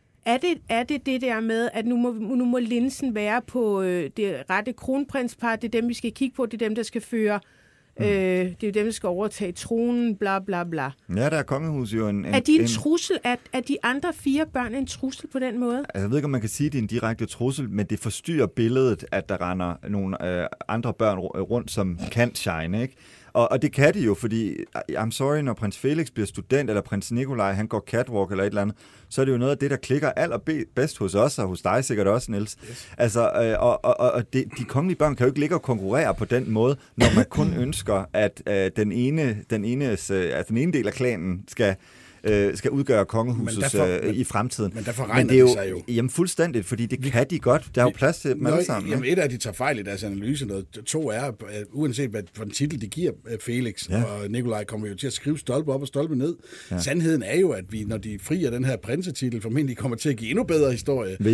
Er det der med, at nu må linsen være på det rette kronprinspar, det er dem, vi skal kigge på, det er dem, der skal føre, det er jo dem, der skal overtage tronen, bla bla bla. Ja, der er kongehus jo en er de en trussel? Er de andre 4 børn en trussel på den måde? Altså, jeg ved ikke, om man kan sige, at det er en direkte trussel, men det forstyrrer billedet, at der render nogle andre børn rundt, som kan shine, ikke? Og det kan de jo, fordi, I'm sorry, når prins Felix bliver student, eller prins Nikolaj, han går catwalk eller et eller andet, så er det jo noget af det, der klikker allerbedst hos os, og hos dig sikkert også, Niels. Yes. Altså, de kongelige børn kan jo ikke ligge og konkurrere på den måde, når man kun ønsker, at den ene del af klanen skal udgøre kongehuset i fremtiden. Men der forregner de sig jo. Jamen fuldstændigt, fordi det kan de godt. Der er jo plads til dem alle sammen. Jamen et af de tager fejl i deres analyse, og 2 er, uanset hvad for en titel de giver Felix, og Nikolaj kommer jo til at skrive stolpe op og stolpe ned. Ja. Sandheden er jo, at vi, når de frier den her prinsetitel, formentlig kommer til at give endnu bedre historie. Og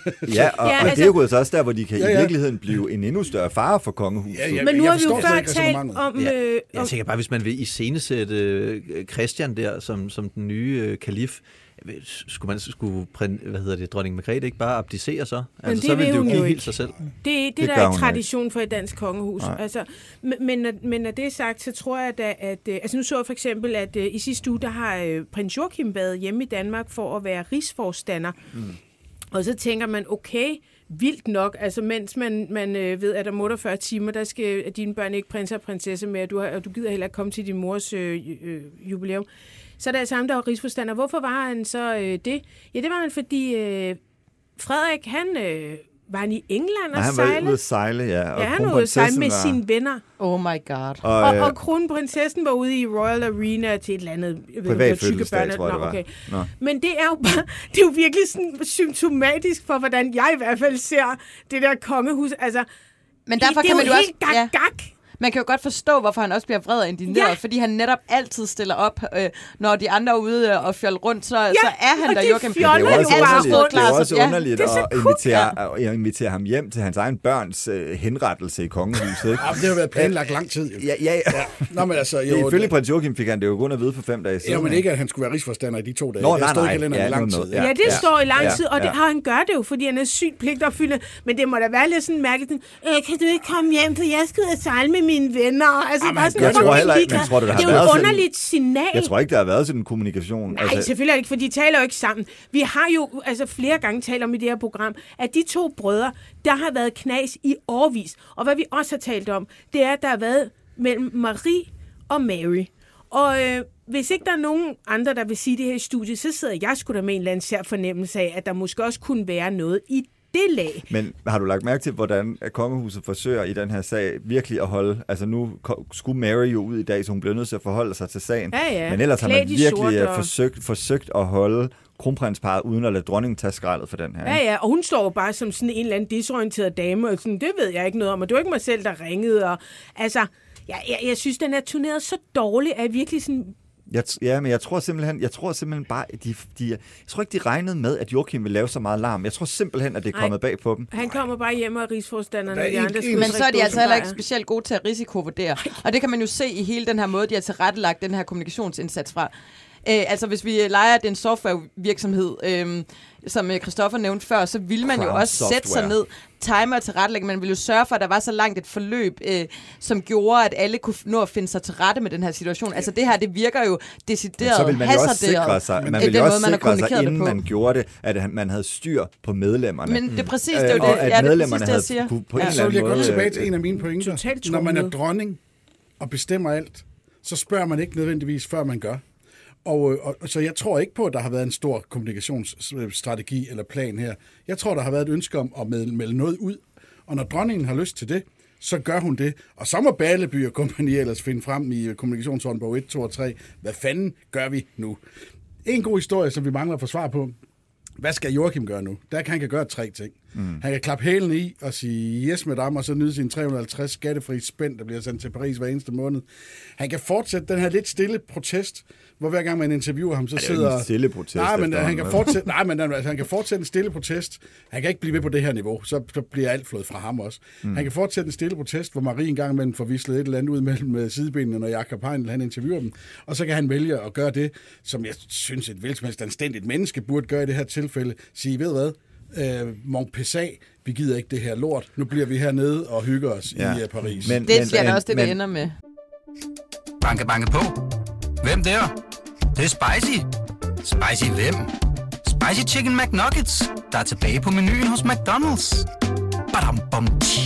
det er jo så også der, hvor de kan i virkeligheden blive en endnu større fare for kongehuset. Men nu har vi jo før talt om... Jeg tænker bare, hvis man vil iscenesætte Christian der, som den nye kalif, skulle dronning Margrethe ikke bare abdicere så? Altså, så ville det jo give helt sig selv. Det der er tradition for et dansk kongehus. Altså, men når det er sagt, så tror jeg, at altså nu så jeg for eksempel, at i sidste uge, der har prins Joachim været hjemme i Danmark for at være rigsforstander. Og så tænker man, okay, vildt nok, altså mens man ved, at om 48 timer, der skal dine børn ikke prinser og prinsesse med, og du gider heller ikke komme til din mors jubilæum. Så der er sammen, der var rigsforstander. Hvorfor var han så det? Ja, det var han, fordi Frederik, var han i England og sejle? Han var ude at sejle, ja. Og han var ude at sejle med sine venner. Oh my god. Og kronprinsessen var ude i Royal Arena til et eller andet... Privat fødselsdag, tror jeg, det var. Okay. Men det er jo bare... Det er jo virkelig sådan symptomatisk for, hvordan jeg i hvert fald ser det der kongehus. Altså, men derfor det kan er man jo jo helt også... gak. Man kan jo godt forstå, hvorfor han også bliver vred og indigneret, fordi han netop altid stiller op, når de andre er ude og fjolle rundt, så er han der jo. Det er jo også underligt at invitere ham hjem til hans egen børns henrettelse i kongehuset. Ikke? Det har været planlagt lang tid. Ja. Nå, men altså, ifølge prins Joachim fik han det jo kun at vide for 5 dage siden. Ja, men ikke, at han skulle være rigsforstander i de 2 dage. Nej. I lang tid. Ja, det står i lang tid, og han gør det jo, fordi han er sygt pligtopfyldende. Men det må da være lidt sådan mærkeligt. Kan du ikke komme hjem, for jeg skal ud og sejle med mine venner. Altså, jeg tror heller ikke, det er jo et underligt signal. Jeg tror ikke, der har været sådan en kommunikation. Nej, selvfølgelig ikke, for de taler jo ikke sammen. Vi har jo flere gange talt om i det her program, at de 2 brødre, der har været knas i årevis. Og hvad vi også har talt om, det er, at der har været mellem Marie og Mary. Og hvis ikke der er nogen andre, der vil sige det her i studiet, så sidder jeg sgu da med en eller anden sær fornemmelse af, at der måske også kunne være noget i det lag. Men har du lagt mærke til, hvordan kongehuset forsøger i den her sag virkelig at holde... Altså nu skulle Mary jo ud i dag, så hun blev nødt til at forholde sig til sagen. Ja. Men ellers har man virkelig forsøgt at holde kronprinsparet uden at lade dronningen tage skraldet for den her. Ja, og hun står jo bare som sådan en eller anden desorienteret dame, og sådan, det ved jeg ikke noget om, og det var ikke mig selv, der ringede. Og, altså, jeg synes, den er turneret så dårligt, at virkelig sådan... Men jeg tror simpelthen bare, jeg tror ikke, de regnede med, at Joachim ville lave så meget larm. Jeg tror simpelthen, at det er kommet bag på dem. Han kommer bare hjem og rigsforstanderne. Men så er de altså heller ikke specielt gode til at risikovurdere. Og det kan man jo se i hele den her måde, de har tilrettelagt den her kommunikationsindsats fra. Altså hvis vi leger, at det er en softwarevirksomhed, som Christoffer nævnte før, så ville man jo også sætte sig ned, timer til rettelægge. Man ville jo sørge for, at der var så langt et forløb, som gjorde, at alle kunne nå at finde sig til rette med den her situation. Altså det her, det virker jo decideret hasarderet. Så ville man jo også sikre sig, man ville jo også sikre sig, inden man gjorde det, at man havde styr på medlemmerne. Men det er præcis, det er jo det. Og at medlemmerne havde på en eller anden måde... Så vil jeg godt tilbage til en af mine pointer. Når man er dronning og bestemmer alt, så spørger man ikke nødvendigvis, før man gør. Og så jeg tror ikke på, at der har været en stor kommunikationsstrategi eller plan her. Jeg tror, der har været et ønske om at melde noget ud. Og når dronningen har lyst til det, så gør hun det. Og så må Balleby og kompagni ellers finde frem i kommunikationshåndbog 1, 2 og 3. Hvad fanden gør vi nu? En god historie, som vi mangler at få svar på. Hvad skal Joachim gøre nu? Han kan gøre 3 ting. Han kan klappe hælen i og sige yes med dem, og så nyde sine 350 skattefri spænd, der bliver sendt til Paris hver eneste måned. Han kan fortsætte den her lidt stille protest, hvor hver gang man interviewer ham, så sidder... Det er jo en stille protest. Han kan fortsætte en stille protest. Han kan ikke blive ved på det her niveau, så bliver alt flået fra ham også. Han kan fortsætte en stille protest, hvor Marie engang imellem får vislet et eller andet ud mellem sidebenene, når Jakob Heinl, han interviewer dem. Og så kan han vælge at gøre det, som jeg synes, et hvilket anstændigt menneske burde gøre i det her tilfælde. Sige, ved hvad? Montpessat, vi gider ikke det her lort. Nu bliver vi hernede og hygger os i Paris. Det bliver da også det, vi ender med. Banke, banke på. Hvem der? Det er spicy. Spicy hvem? Spicy Chicken McNuggets, der er tilbage på menuen hos McDonald's. Badum, bom,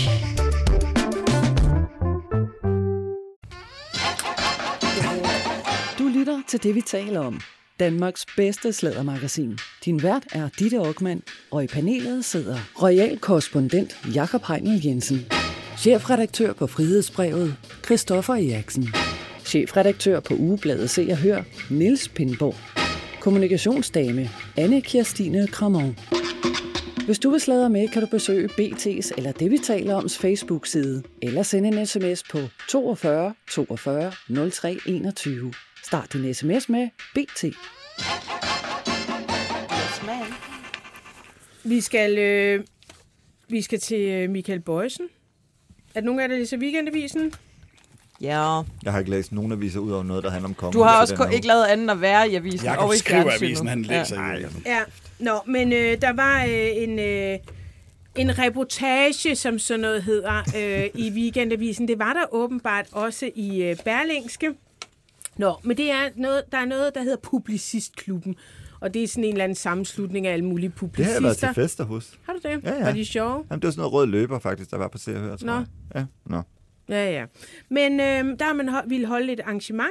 Du lytter til det, vi taler om. Danmarks bedste sladdermagasin. Din vært er Ditte Okman, og i panelet sidder royal korrespondent Jakob Heinl Jensen, chefredaktør på Frihedsbrevet Christoffer Eriksen, chefredaktør på Ugebladet Se og Hør Niels Pindborg, kommunikationsdame Anne Kirstine Kramon. Hvis du vil sladre med, kan du besøge BT's eller det, vi taler oms Facebook-side, eller sende en sms på 42 42 03 21. Start din sms med BT. Vi skal til Michael Bojesen. Er der nogen af jer, der læser Weekendavisen? Ja. Jeg har ikke læst nogen aviser ud over noget, der handler om kongen. Du har også ikke lavet andet at være i avisen. Jakob og i skriver avisen, han læser i. Ja. Nå, men der var en reportage, som sådan noget hedder, i Weekendavisen. Det var der åbenbart også i Berlingske. Nå, men der er noget, der hedder Publicistklubben. Og det er sådan en eller anden sammenslutning af alle mulige publicister. Det har jeg været til fester hos. Har du det? Ja. Var de sjove? Jamen, det var sådan noget rød løber, faktisk, der var på Se og Hør, tror jeg. Ja, Ja. Men der har man ville holde et arrangement.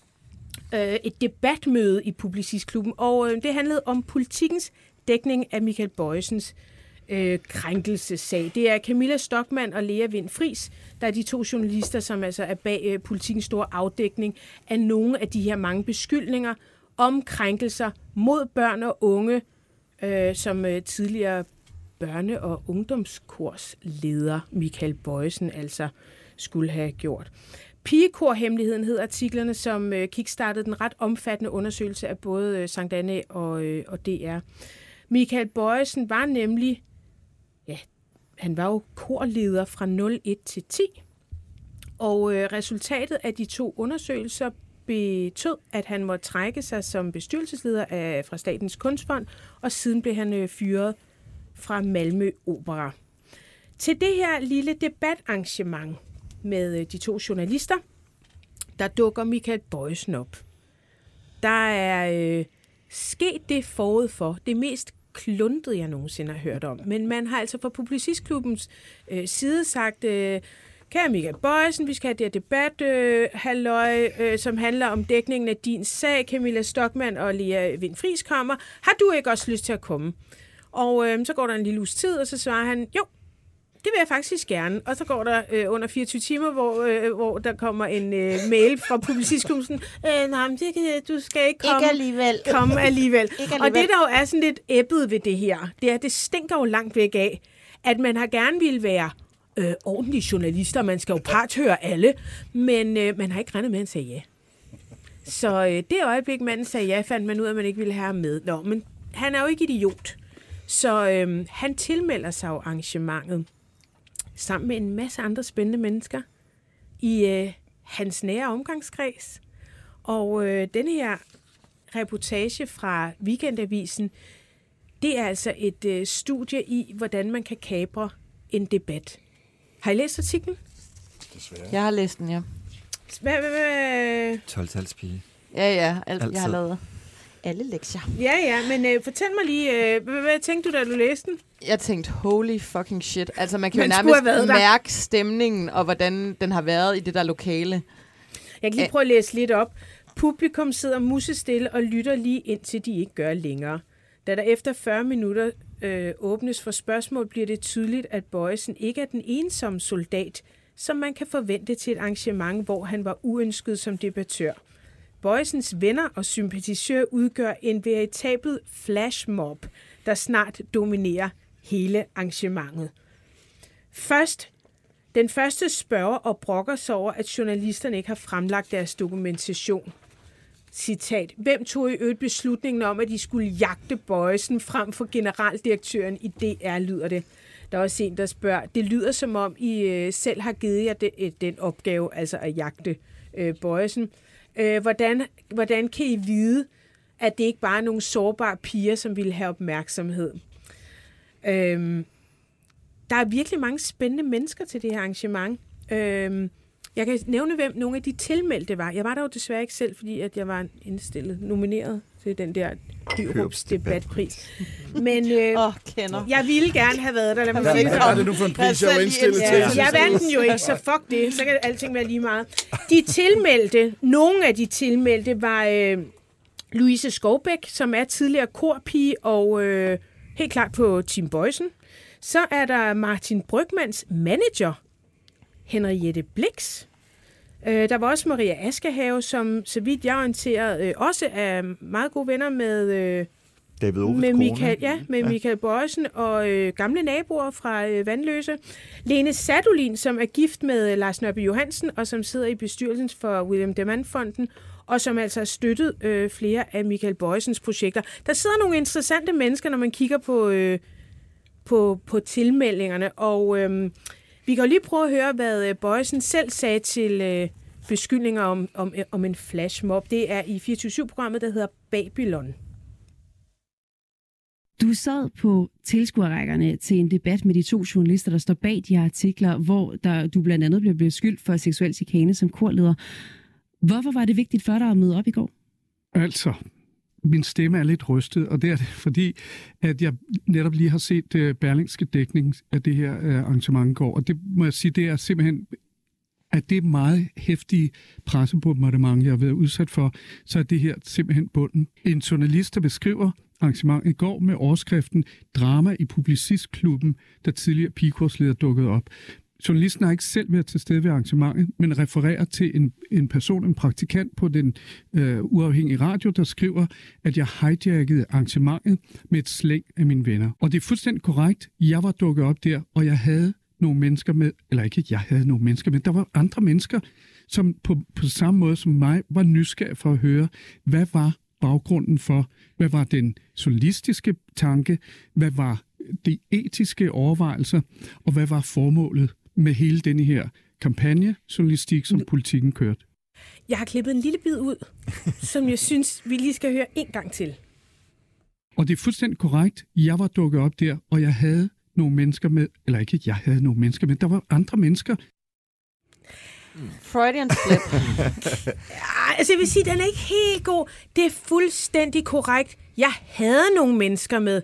Et debatmøde i Publicistklubben. Og det handlede om Politikens dækning af Michael Bojsens krænkelsessag. Det er Camilla Stockmann og Lea Wind Friis, der er de 2 journalister, som altså er bag Politikens store afdækning af nogle af de her mange beskyldninger om krænkelser mod børn og unge, som tidligere børne- og ungdomskursleder Michael Bojsen altså skulle have gjort. Pigekorhemmeligheden hed artiklerne, som kickstartede den ret omfattende undersøgelse af både Sankt Anne og DR. Michael Bojsen var nemlig, han var jo korleder fra 01 til 10, og resultatet af de 2 undersøgelser betød, at han måtte trække sig som bestyrelsesleder fra Statens Kunstfond, og siden blev han fyret fra Malmø Opera. Til det her lille debatarrangement med de 2 journalister, der dukker Michael Bojsen op. Der er sket det forud for det mest kluntede, jeg nogensinde har hørt om. Men man har altså fra Publicistklubbens side sagt, kære Michael Bojsen, vi skal have det her debat, som handler om dækningen af din sag. Camilla Stockmann og Lea Wind Friis kommer. Har du ikke også lyst til at komme? Og så går der en lille uges tid, og så svarer han, jo, det vil jeg faktisk gerne. Og så går der under 24 timer, hvor der kommer en mail fra Publicistklubben. Nej, men du skal ikke komme. Ikke alligevel. Komme alligevel. Ikke alligevel. Og det, der jo er sådan lidt æbbet ved det her, det er, det stinker jo langt væk af, at man har gerne ville være ordentlige journalister. Man skal jo parthøre alle, men man har ikke regnet med, at han sagde ja. Så det øjeblik, manden sagde ja, fandt man ud af, at man ikke ville have ham med. Nå, men han er jo ikke idiot. Så han tilmelder sig jo arrangementet sammen med en masse andre spændende mennesker i hans nære omgangskreds. Og denne her reportage fra Weekendavisen, det er altså et studie i, hvordan man kan kapre en debat. Har I læst artiklen? Desværre. Jeg har læst den, ja. 12-talspige. Ja, jeg har lavet alle lektier. Ja, men fortæl mig lige, hvad tænkte du, da du læste den? Jeg tænkte, holy fucking shit. Altså, man kan jo nærmest mærke stemningen, og hvordan den har været i det der lokale. Jeg kan lige prøve at læse lidt op. Publikum sidder musestille og lytter lige indtil de ikke gør længere. Da der efter 40 minutter åbnes for spørgsmål, bliver det tydeligt, at Bojsen ikke er den ensomme soldat, som man kan forvente til et arrangement, hvor han var uønsket som debattør. Bojsens venner og sympatisører udgør en veritabel flashmob, der snart dominerer hele arrangementet. Den første spørger og brokker sig over, at journalisterne ikke har fremlagt deres dokumentation. Citat. Hvem tog i øvrigt beslutningen om, at de skulle jagte Bojsen frem for generaldirektøren i DR, lyder det. Der er også en, der spørger, det lyder som om, I selv har givet jer den opgave, altså at jagte Bojsen. Hvordan kan I vide, at det ikke bare er nogle sårbare piger, som vil have opmærksomhed? Der er virkelig mange spændende mennesker til det her arrangement. Jeg kan nævne, hvem nogle af de tilmeldte var. Jeg var der jo desværre ikke selv, fordi at jeg var nomineret til den der Hørups debatpris. Men jeg ville gerne have været der. Hvad er det nu for en pris, jeg var indstillet til? Jeg vandt den jo ikke, så fuck det. Så kan alting være lige meget. Nogle af de tilmeldte var Louise Skovbæk, som er tidligere korpige og helt klart på Team Bojsen. Så er der Martin Brygmans manager, Henriette Blix. Der var også Maria Askehave, som, så vidt jeg orienteret, også er meget gode venner med David Oves med Michael, Michael Bojsen og gamle naboer fra Vandløse. Lene Sadolin, som er gift med Lars Nørby Johansen, og som sidder i bestyrelsen for William Demant-fonden, og som altså har støttet flere af Michael Bojsens projekter. Der sidder nogle interessante mennesker, når man kigger på tilmeldingerne, og vi kan jo lige prøve at høre, hvad Bojsen selv sagde til beskyldninger om en flashmob. Det er i 24/7-programmet, der hedder Babylon. Du sad på tilskuerrækkerne til en debat med de 2 journalister, der står bag de her artikler, hvor du blandt andet blev beskyldt for seksuel chikane som korleder. Hvorfor var det vigtigt for dig at møde op i går? Altså, min stemme er lidt rystet, og det er det, fordi at jeg netop lige har set Berlingske dækning af det her arrangement i går, og det må jeg sige, det er simpelthen, at det er meget heftige pressebombardement, jeg har været udsat for, så er det her simpelthen bunden. En journalist, der beskriver arrangementet i går med overskriften Drama i Publicistklubben, der tidligere pigekursleder dukkede op. Journalisten har ikke selv været til stede ved arrangementet, men refererer til en person, en praktikant på den uafhængige radio, der skriver, at jeg hijackede arrangementet med et slæng af mine venner. Og det er fuldstændig korrekt. Jeg var dukket op der, og jeg havde nogle mennesker med, eller ikke jeg havde nogle mennesker med, der var andre mennesker, som på samme måde som mig var nysgerrige for at høre, hvad var baggrunden for, hvad var den journalistiske tanke, hvad var de etiske overvejelser, og hvad var formålet med hele denne her kampagnejournalistik, som Politikken kørte. Jeg har klippet en lille bid ud, som jeg synes, vi lige skal høre en gang til. Og det er fuldstændig korrekt. Jeg var dukket op der, og jeg havde nogle mennesker med, eller ikke jeg havde nogle mennesker med, der var andre mennesker. Freudian slip. Altså jeg vil sige, den er ikke helt god. Det er fuldstændig korrekt. Jeg havde nogle mennesker med,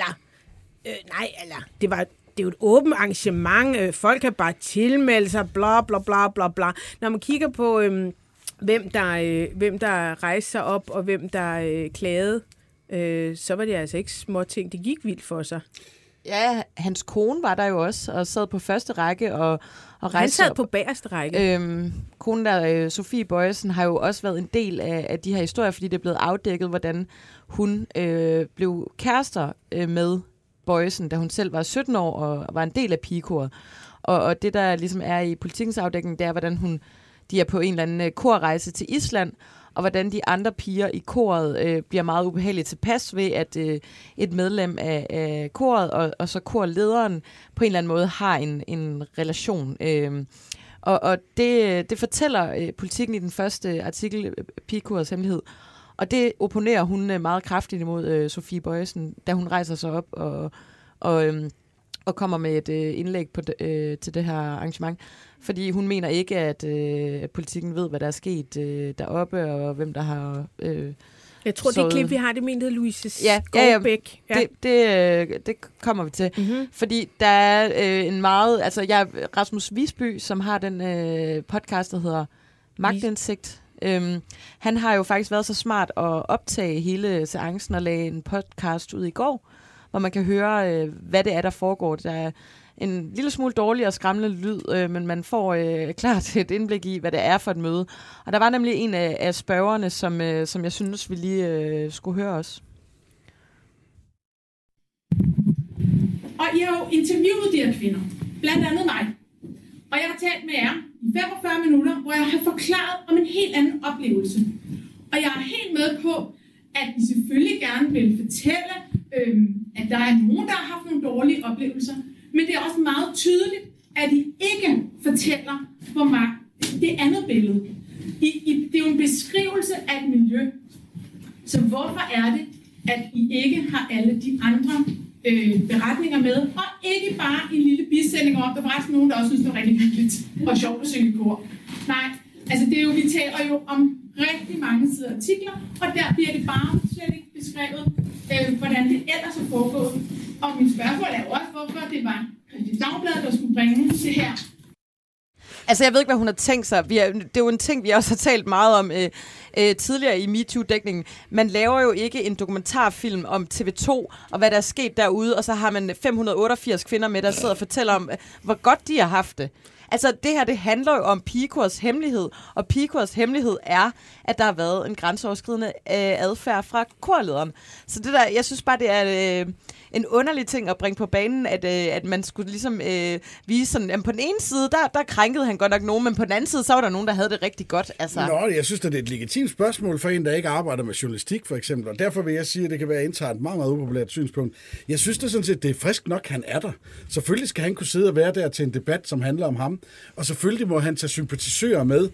det er jo et åbent arrangement. Folk kan bare tilmelde sig, bla bla bla bla bla. Når man kigger på, hvem der rejste sig op, og hvem der klagede, så var det altså ikke små ting. Det gik vildt for sig. Ja, hans kone var der jo også, og sad på første række og rejste. Han sad på bagerste række. Konen der, Sofie Bojsen, har jo også været en del af de her historier, fordi det er blevet afdækket, hvordan hun blev kærester med Bojsen, da hun selv var 17 år og var en del af pigekoret. Og det, der ligesom er i Politikens afdækning, det er, hvordan de er på en eller anden korrejse til Island, og hvordan de andre piger i koret bliver meget ubehageligt tilpas ved, at et medlem af koret og så korlederen på en eller anden måde har en relation. Og det fortæller Politikken i den første artikel, Pigekorets hemmelighed. Og det opponerer hun meget kraftigt imod Sofie Bojsen, da hun rejser sig op og kommer med et indlæg til det her arrangement. Fordi hun mener ikke, at Politikken ved, hvad der er sket deroppe, og hvem der har... Jeg tror, det klip, vi har, det mente Louise Skovbæk. Ja. Det kommer vi til. Mm-hmm. Fordi der er en meget... Altså, Rasmus Visby, som har den podcast, der hedder Magtindsigt. Han har jo faktisk været så smart at optage hele seancen og lagde en podcast ud i går, hvor man kan høre, hvad det er, der foregår. Der er en lille smule dårlig og skræmmende lyd, men man får klart et indblik i, hvad det er for et møde. Og der var nemlig en af spørgerne, som jeg synes, vi lige skulle høre os. Og I har jo interviewet de her kvinder, blandt andet mig. Og jeg har talt med jer i 45 minutter, hvor jeg har forklaret om en helt anden oplevelse. Og jeg er helt med på, at I selvfølgelig gerne vil fortælle, at der er nogen, der har haft nogle dårlige oplevelser. Men det er også meget tydeligt, at I ikke fortæller hvor meget det andet billede. Det er jo en beskrivelse af et miljø. Så hvorfor er det, at I ikke har alle de andre beretninger med, og ikke bare en lille bisætning om, der var faktisk nogen, der også synes, det var rigtig hyggeligt og sjovt at synge kor. Nej, altså det er jo, vi taler jo om rigtig mange sider artikler, og der bliver det bare slet ikke beskrevet, hvordan det ellers er foregået. Og mit spørgsmål er jo også, hvorfor det var Kristeligt Dagblad, der skulle bringe det her. Altså, jeg ved ikke, hvad hun har tænkt sig. Det er jo en ting, vi også har talt meget om tidligere i MeToo-dækningen. Man laver jo ikke en dokumentarfilm om TV2, og hvad der er sket derude, og så har man 588 kvinder med, der sidder og fortæller om, hvor godt de har haft det. Altså, det her, det handler jo om pigekors hemmelighed, og pigekors hemmelighed er, at der har været en grænseoverskridende adfærd fra korlederen. Så det der, jeg synes bare, det er en underlig ting at bringe på banen, at man skulle ligesom vise sådan, at på den ene side, der krænkede han godt nok nogen, men på den anden side, så var der nogen, der havde det rigtig godt. Altså. Nå, jeg synes, at det er et legitimt spørgsmål for en, der ikke arbejder med journalistik, for eksempel. Og derfor vil jeg sige, at det kan være, at jeg indtager et meget, meget upopulært synspunkt. Jeg synes det sådan set, det er frisk nok, han er der. Selvfølgelig skal han kunne sidde og være der til en debat, som handler om ham. Og selvfølgelig må han tage sympatisører med,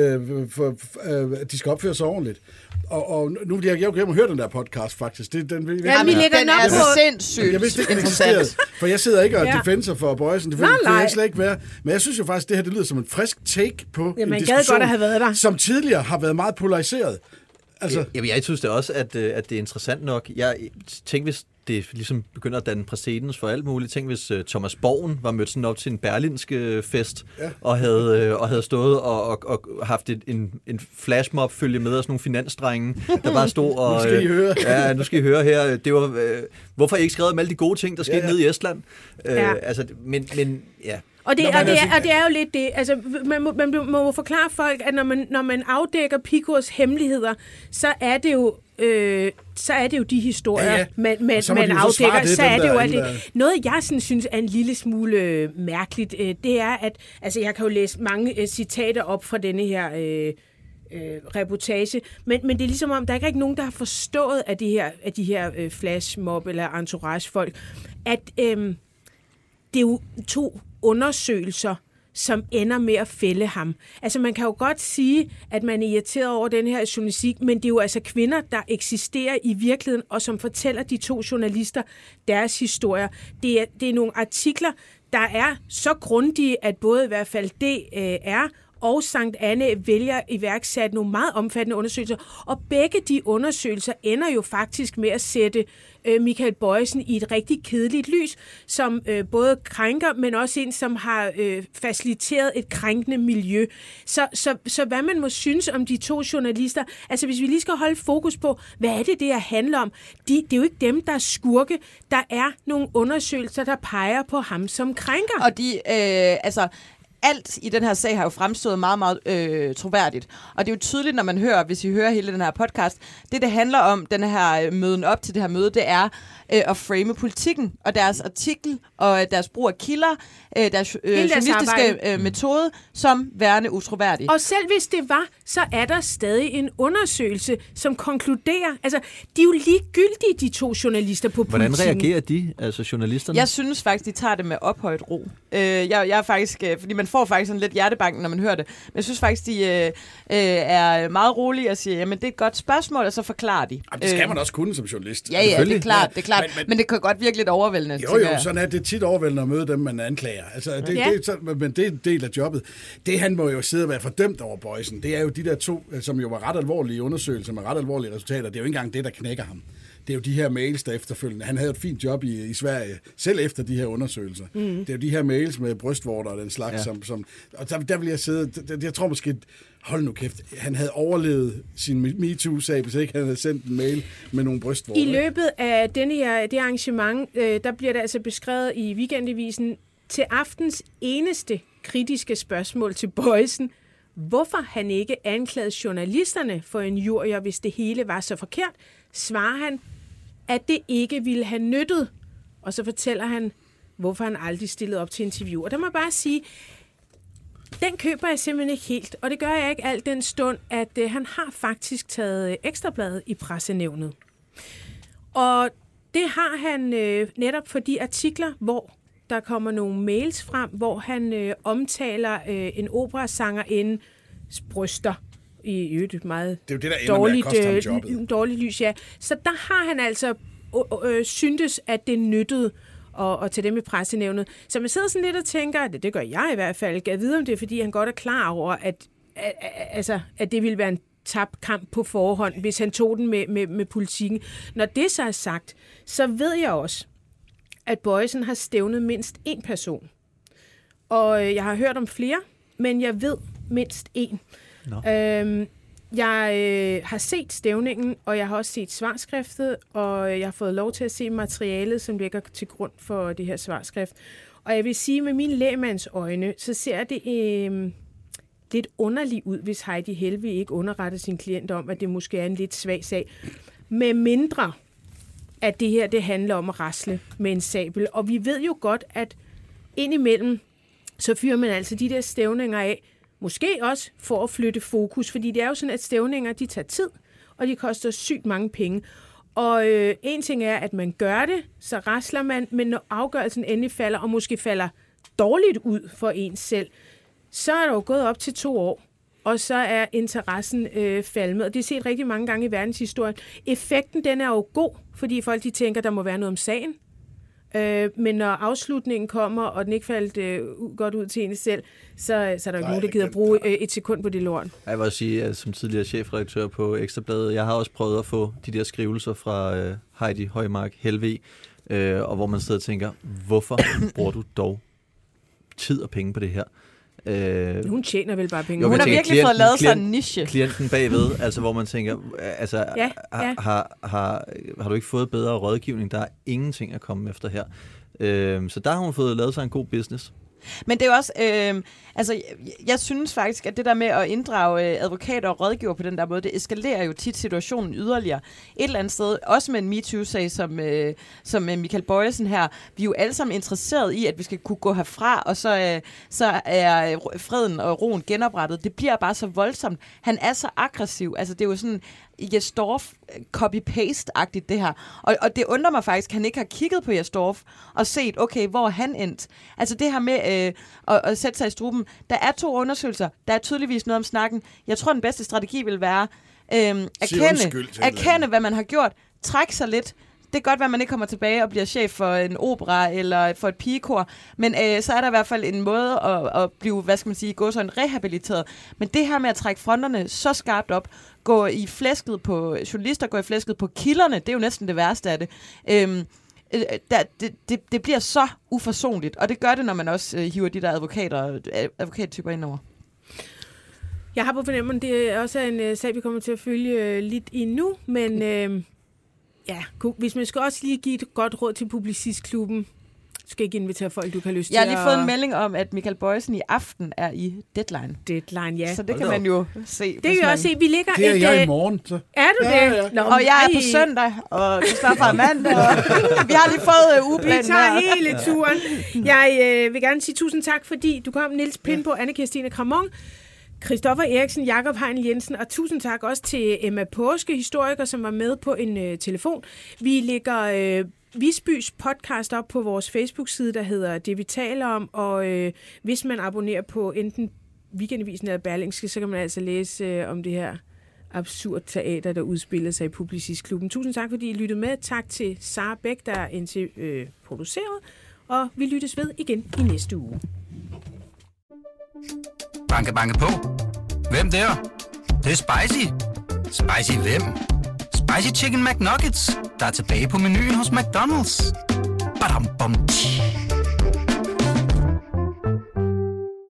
at de skal opføre sig ordentligt. Og nu vil jeg jo høre den der podcast, faktisk. Den er sindssygt interessant. For jeg sidder ikke og defenser for Bojesen. Det vil jeg slet ikke være. Men jeg synes jo faktisk, det her det lyder som en frisk take på en diskussion, som tidligere har været meget polariseret. Altså. Jamen, jeg synes det også, at det er interessant nok. Jeg tænker, hvis det ligesom begynder at danne præcedens for alt muligt. Tænk, hvis Thomas Borgen var mødt sådan op til en berlinske fest, og havde stået og haft en flashmob følge med af sådan nogle finansdrenge, der bare stod og... Nu skal I høre. Ja, nu skal I høre her. Det var, hvorfor I ikke skrevet om alle de gode ting, der skete nede i Estland? Altså, men ja... Og det er jo lidt det. Altså, man må forklare folk, at når man afdækker Picos hemmeligheder, så er det jo de historier, man afdækker. Så er det jo alt det. Noget, jeg synes er en lille smule mærkeligt, det er, at altså, jeg kan jo læse mange citater op fra denne her reportage, men det er ligesom om, der er ikke nogen, der har forstået af de her flashmob eller entourage-folk, at det er jo 2 undersøgelser, som ender med at fælde ham. Altså, man kan jo godt sige, at man er irriteret over den her journalistik, men det er jo altså kvinder, der eksisterer i virkeligheden, og som fortæller de 2 journalister deres historier. Det er nogle artikler, der er så grundige, at både i hvert fald DR og Sankt Anne vælger iværksat nogle meget omfattende undersøgelser, og begge de undersøgelser ender jo faktisk med at sætte Michael Bojesen i et rigtig kedeligt lys, som både krænker, men også en, som har faciliteret et krænkende miljø. Så hvad man må synes om de 2 journalister, altså hvis vi lige skal holde fokus på, hvad er det her handler om? Det er jo ikke dem, der er skurke. Der er nogle undersøgelser, der peger på ham som krænker. Og de, alt i den her sag har jo fremstået meget, meget troværdigt. Og det er jo tydeligt, når man hører, hvis I hører hele den her podcast, det handler om, den her møden op til det her møde, det er at frame politikken, og deres artikel, og deres brug af kilder, deres journalistiske metode, som værende utroværdig. Og selv hvis det var, så er der stadig en undersøgelse, som konkluderer, altså, de er jo ligegyldige, de 2 journalister på politikken. Hvordan reagerer de, altså journalisterne? Jeg synes faktisk, de tager det med ophøjet ro. Jeg er faktisk, fordi man får faktisk sådan lidt hjertebanken, når man hører det, men jeg synes faktisk, de er meget rolige og siger, jamen det er et godt spørgsmål, og så forklarer de. Jamen, det skal man også kunne som journalist. Ja, det er klart, det er klart. Men det kan godt virke lidt overvældende. Jo, sådan er det tit overvældende at møde dem, man anklager. Altså, men det er en del af jobbet. Det han må jo sidde og være fordømt over Bojesen, det er jo de der 2, som jo var ret alvorlige undersøgelser med ret alvorlige resultater. Det er jo ikke engang det, der knækker ham. Det er jo de her mails, der efterfølgende... Han havde et fint job i Sverige, selv efter de her undersøgelser. Det er jo de her mails med brystvorter og den slags, som og der vil jeg sidde... Jeg tror måske... Hold nu kæft, han havde overlevet sin MeToo-sag, hvis ikke han havde sendt en mail med nogle brystvorter. I løbet af det arrangement, der bliver det altså beskrevet i Weekendavisen, til aftens eneste kritiske spørgsmål til Boysen, hvorfor han ikke anklagede journalisterne for en injurier, hvis det hele var så forkert, svarer han, at det ikke ville have nyttet. Og så fortæller han, hvorfor han aldrig stillede op til interview. Og der må jeg bare sige, den køber jeg simpelthen ikke helt, og det gør jeg ikke al den stund, at han har faktisk taget Ekstrabladet i pressenævnet. Og det har han netop for de artikler, hvor der kommer nogle mails frem, hvor han omtaler en operasangerindens bryster i et meget dårligt lys. Ja. Så der har han altså syntes, at det nyttede at tage dem i pressenævnet. Så man sidder sådan lidt og tænker, at det gør jeg i hvert fald, jeg ved om det er, fordi han godt er klar over, at det ville være en tabt kamp på forhånd, hvis han tog den med politikken. Når det så er sagt, så ved jeg også, at Boysen har stævnet mindst én person. Og jeg har hørt om flere, men jeg ved mindst én. Jeg har set stævningen, og jeg har også set svarskriftet, og jeg har fået lov til at se materialet, som ligger til grund for det her svarskrift. Og jeg vil sige, med mine lægmands øjne, så ser det lidt underligt ud, hvis Heidi Helvig ikke underretter sin klient om, at det måske er en lidt svag sag. Med mindre, at det her det handler om at rasle med en sabel. Og vi ved jo godt, at indimellem, så fyrer man altså de der stævninger af, måske også for at flytte fokus, fordi det er jo sådan, at stævninger, de tager tid, og de koster sygt mange penge. Og en ting er, at man gør det, så rasler man, men når afgørelsen endelig falder, og måske falder dårligt ud for en selv, så er der jo gået op til 2 år, og så er interessen falmet. Og det er set rigtig mange gange i verdenshistorien. Effekten, den er jo god, fordi folk de tænker, der må være noget om sagen. Men når afslutningen kommer, og den ikke faldt godt ud til en selv, så er der ikke nogen, der gider bruge et sekund på det lort. Jeg vil også sige, at som tidligere chefredaktør på Ekstrabladet, jeg har også prøvet at få de der skrivelser fra Heidi Højmark Helvig, og hvor man sidder og tænker, hvorfor bruger du dog tid og penge på det her? Hun tjener vel bare penge. Hun har virkelig fået lavet sig en niche. Klienten bagved, altså hvor man tænker, altså, har du ikke fået bedre rådgivning? Der er ingenting at komme efter her. Så der har hun fået lavet sig en god business. Men det er jo også, jeg synes faktisk, at det der med at inddrage advokater og rådgiver på den der måde, det eskalerer jo tit situationen yderligere. Et eller andet sted, også med en MeToo-sag som Michael Boysen her, vi er jo alle sammen interesseret i, at vi skal kunne gå herfra, og så er freden og roen genoprettet. Det bliver bare så voldsomt. Han er så aggressiv. Altså det er jo sådan Jesdorf copy-paste-agtigt det her. Og det undrer mig faktisk, at han ikke har kigget på Jesdorf og set, okay, hvor er han endt? Altså det her med at sætte sig i struben. Der er 2 undersøgelser. Der er tydeligvis noget om snakken. Jeg tror, den bedste strategi vil være erkende, hvad man har gjort. Trække sig lidt. Det kan godt være, at man ikke kommer tilbage og bliver chef for en opera eller for et pigekor, men så er der i hvert fald en måde at blive, hvad skal man sige, gå sådan rehabiliteret. Men det her med at trække fronterne så skarpt op, gå i flæsket på journalister, gå i flæsket på kilderne, det er jo næsten det værste af det. Det bliver så uforsonligt, og det gør det, når man også hiver de der advokattyper ind over. Jeg har på fornemmelsen, det er også en sag, vi kommer til at følge lidt endnu, men hvis man skal også lige give et godt råd til Publicistklubben, skal ikke invitere folk, du kan have lyst til. Jeg har lige fået en melding om, at Michael Boysen i aften er i Deadline. Deadline, ja. Så det kan man jo se. Det kan vi også se. Vi ligger det er jeg i morgen. Så. Er du det? Ja. Nå, og jeg er på søndag, og Christoffer er mandag, og vi har lige fået ugeplanen. Vi tager hele turen. Jeg vil gerne sige tusind tak, fordi du kom, Niels Pindbo, Anne-Kirstine Kramon, Christoffer Eriksen, Jakob Heinl Jensen, og tusind tak også til Emma Påske, historiker, som var med på en telefon. Vi lægger Visbys podcast op på vores Facebook-side, der hedder Det, vi taler om, og hvis man abonnerer på enten Weekendavisen eller Berlingske, så kan man altså læse om det her absurd teater, der udspiller sig i Publicistklubben. Tusind tak, fordi I lyttede med. Tak til Sara Bæk, der er produceret, og vi lyttes ved igen i næste uge. Banke, banke på. Hvem der? Det er spicy. Spicy hvem? Spicy Chicken McNuggets, der er tilbage på menuen hos McDonald's. Badum, bom, tji.